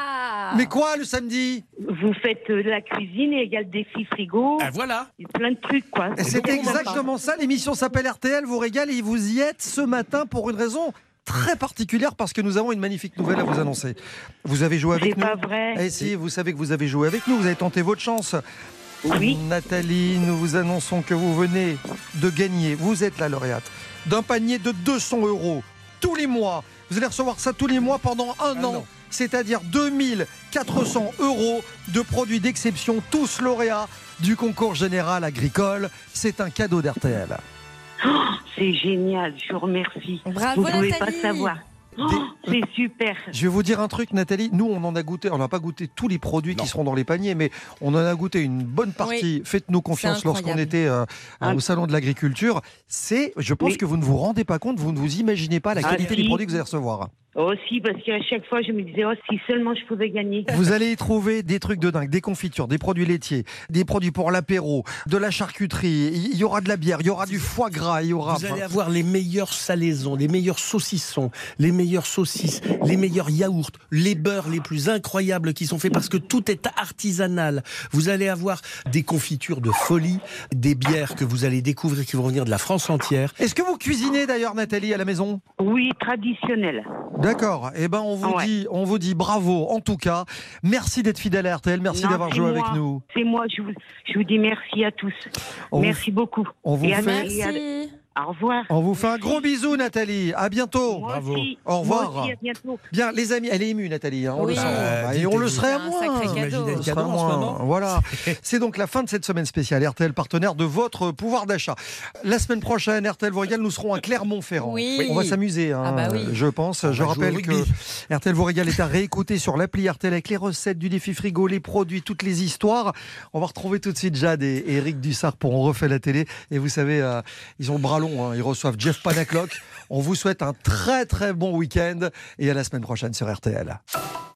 Ah Mais quoi le samedi? vous faites euh, la cuisine et il y a le défi frigo. Ah voilà. Il y a plein de trucs, quoi. Et c'est beaucoup exactement ça. L'émission s'appelle R T L vous régale et vous y êtes ce matin pour une raison très particulière parce que nous avons une magnifique nouvelle à vous annoncer. Vous avez joué avec C'est nous. pas vrai. Eh si, vous savez que vous avez joué avec nous. Vous avez tenté votre chance. Oui. Nathalie, nous vous annonçons que vous venez de gagner, vous êtes la lauréate, d'un panier de deux cents euros tous les mois. Vous allez recevoir ça tous les mois pendant un, Un an, an. c'est-à-dire deux mille quatre cents euros de produits d'exception, tous lauréats du concours général agricole. C'est un cadeau d'R T L. Oh, c'est génial, je vous remercie. Bravo, vous ne pouvez pas Nathalie. savoir. Oh, c'est super. Je vais vous dire un truc, Nathalie. Nous, on en a goûté. On n'a pas goûté tous les produits Non. qui seront dans les paniers, mais on en a goûté une bonne partie. Faites-nous confiance C'est lorsqu'on incroyable. était euh, Ah. au salon de l'agriculture. C'est, je pense Oui. que vous ne vous rendez pas compte, vous ne vous imaginez pas la Ah, qualité si. des produits que vous allez recevoir. Aussi, parce qu'à chaque fois, je me disais, oh, si seulement je pouvais gagner. Vous allez y trouver des trucs de dingue, des confitures, des produits laitiers, des produits pour l'apéro, de la charcuterie. Il y aura de la bière, il y aura du foie gras, il y aura. Vous allez avoir les meilleures salaisons, les meilleurs saucissons, les meilleures saucisses, les meilleurs yaourts, les beurres les plus incroyables qui sont faits parce que tout est artisanal. Vous allez avoir des confitures de folie, des bières que vous allez découvrir qui vont venir de la France entière. Est-ce que vous cuisinez d'ailleurs, Nathalie, à la maison? Oui, traditionnel. D'accord. Eh ben, on vous Ouais. dit, on vous dit bravo. En tout cas, merci d'être fidèle à R T L. Merci Non, d'avoir c'est joué moi. avec nous. C'est moi, je vous, je vous dis merci à tous. On merci beaucoup. on vous Et à- fait- et à- Merci. Au revoir. On vous fait un gros bisou, Nathalie. À bientôt. Moi Bravo. aussi. Au revoir. Moi aussi, à bientôt. Bien, les amis, elle est émue, Nathalie. hein, on Oui. le sent. Euh, et on le dites-le. serait à C'est un moins. sacré cadeau. Imaginez On le le serait cadeau à en ce moins. moment. Voilà. C'est donc la fin de cette semaine spéciale. R T L, partenaire de votre pouvoir d'achat. La semaine prochaine, R T L vous régale, nous serons à Clermont-Ferrand. Oui. On va s'amuser, hein, Ah bah oui. je pense. On je va jouer rappelle au que rugby. R T L vous régale est à réécouter sur l'appli R T L avec les recettes du défi frigo, les produits, toutes les histoires. On va retrouver tout de suite Jade et et Eric Dussard pour On refait la télé. Et vous savez, euh, ils ont le bras long. hein. Ils reçoivent Jeff Panaclock. On vous souhaite un très très bon week-end et à la semaine prochaine sur R T L.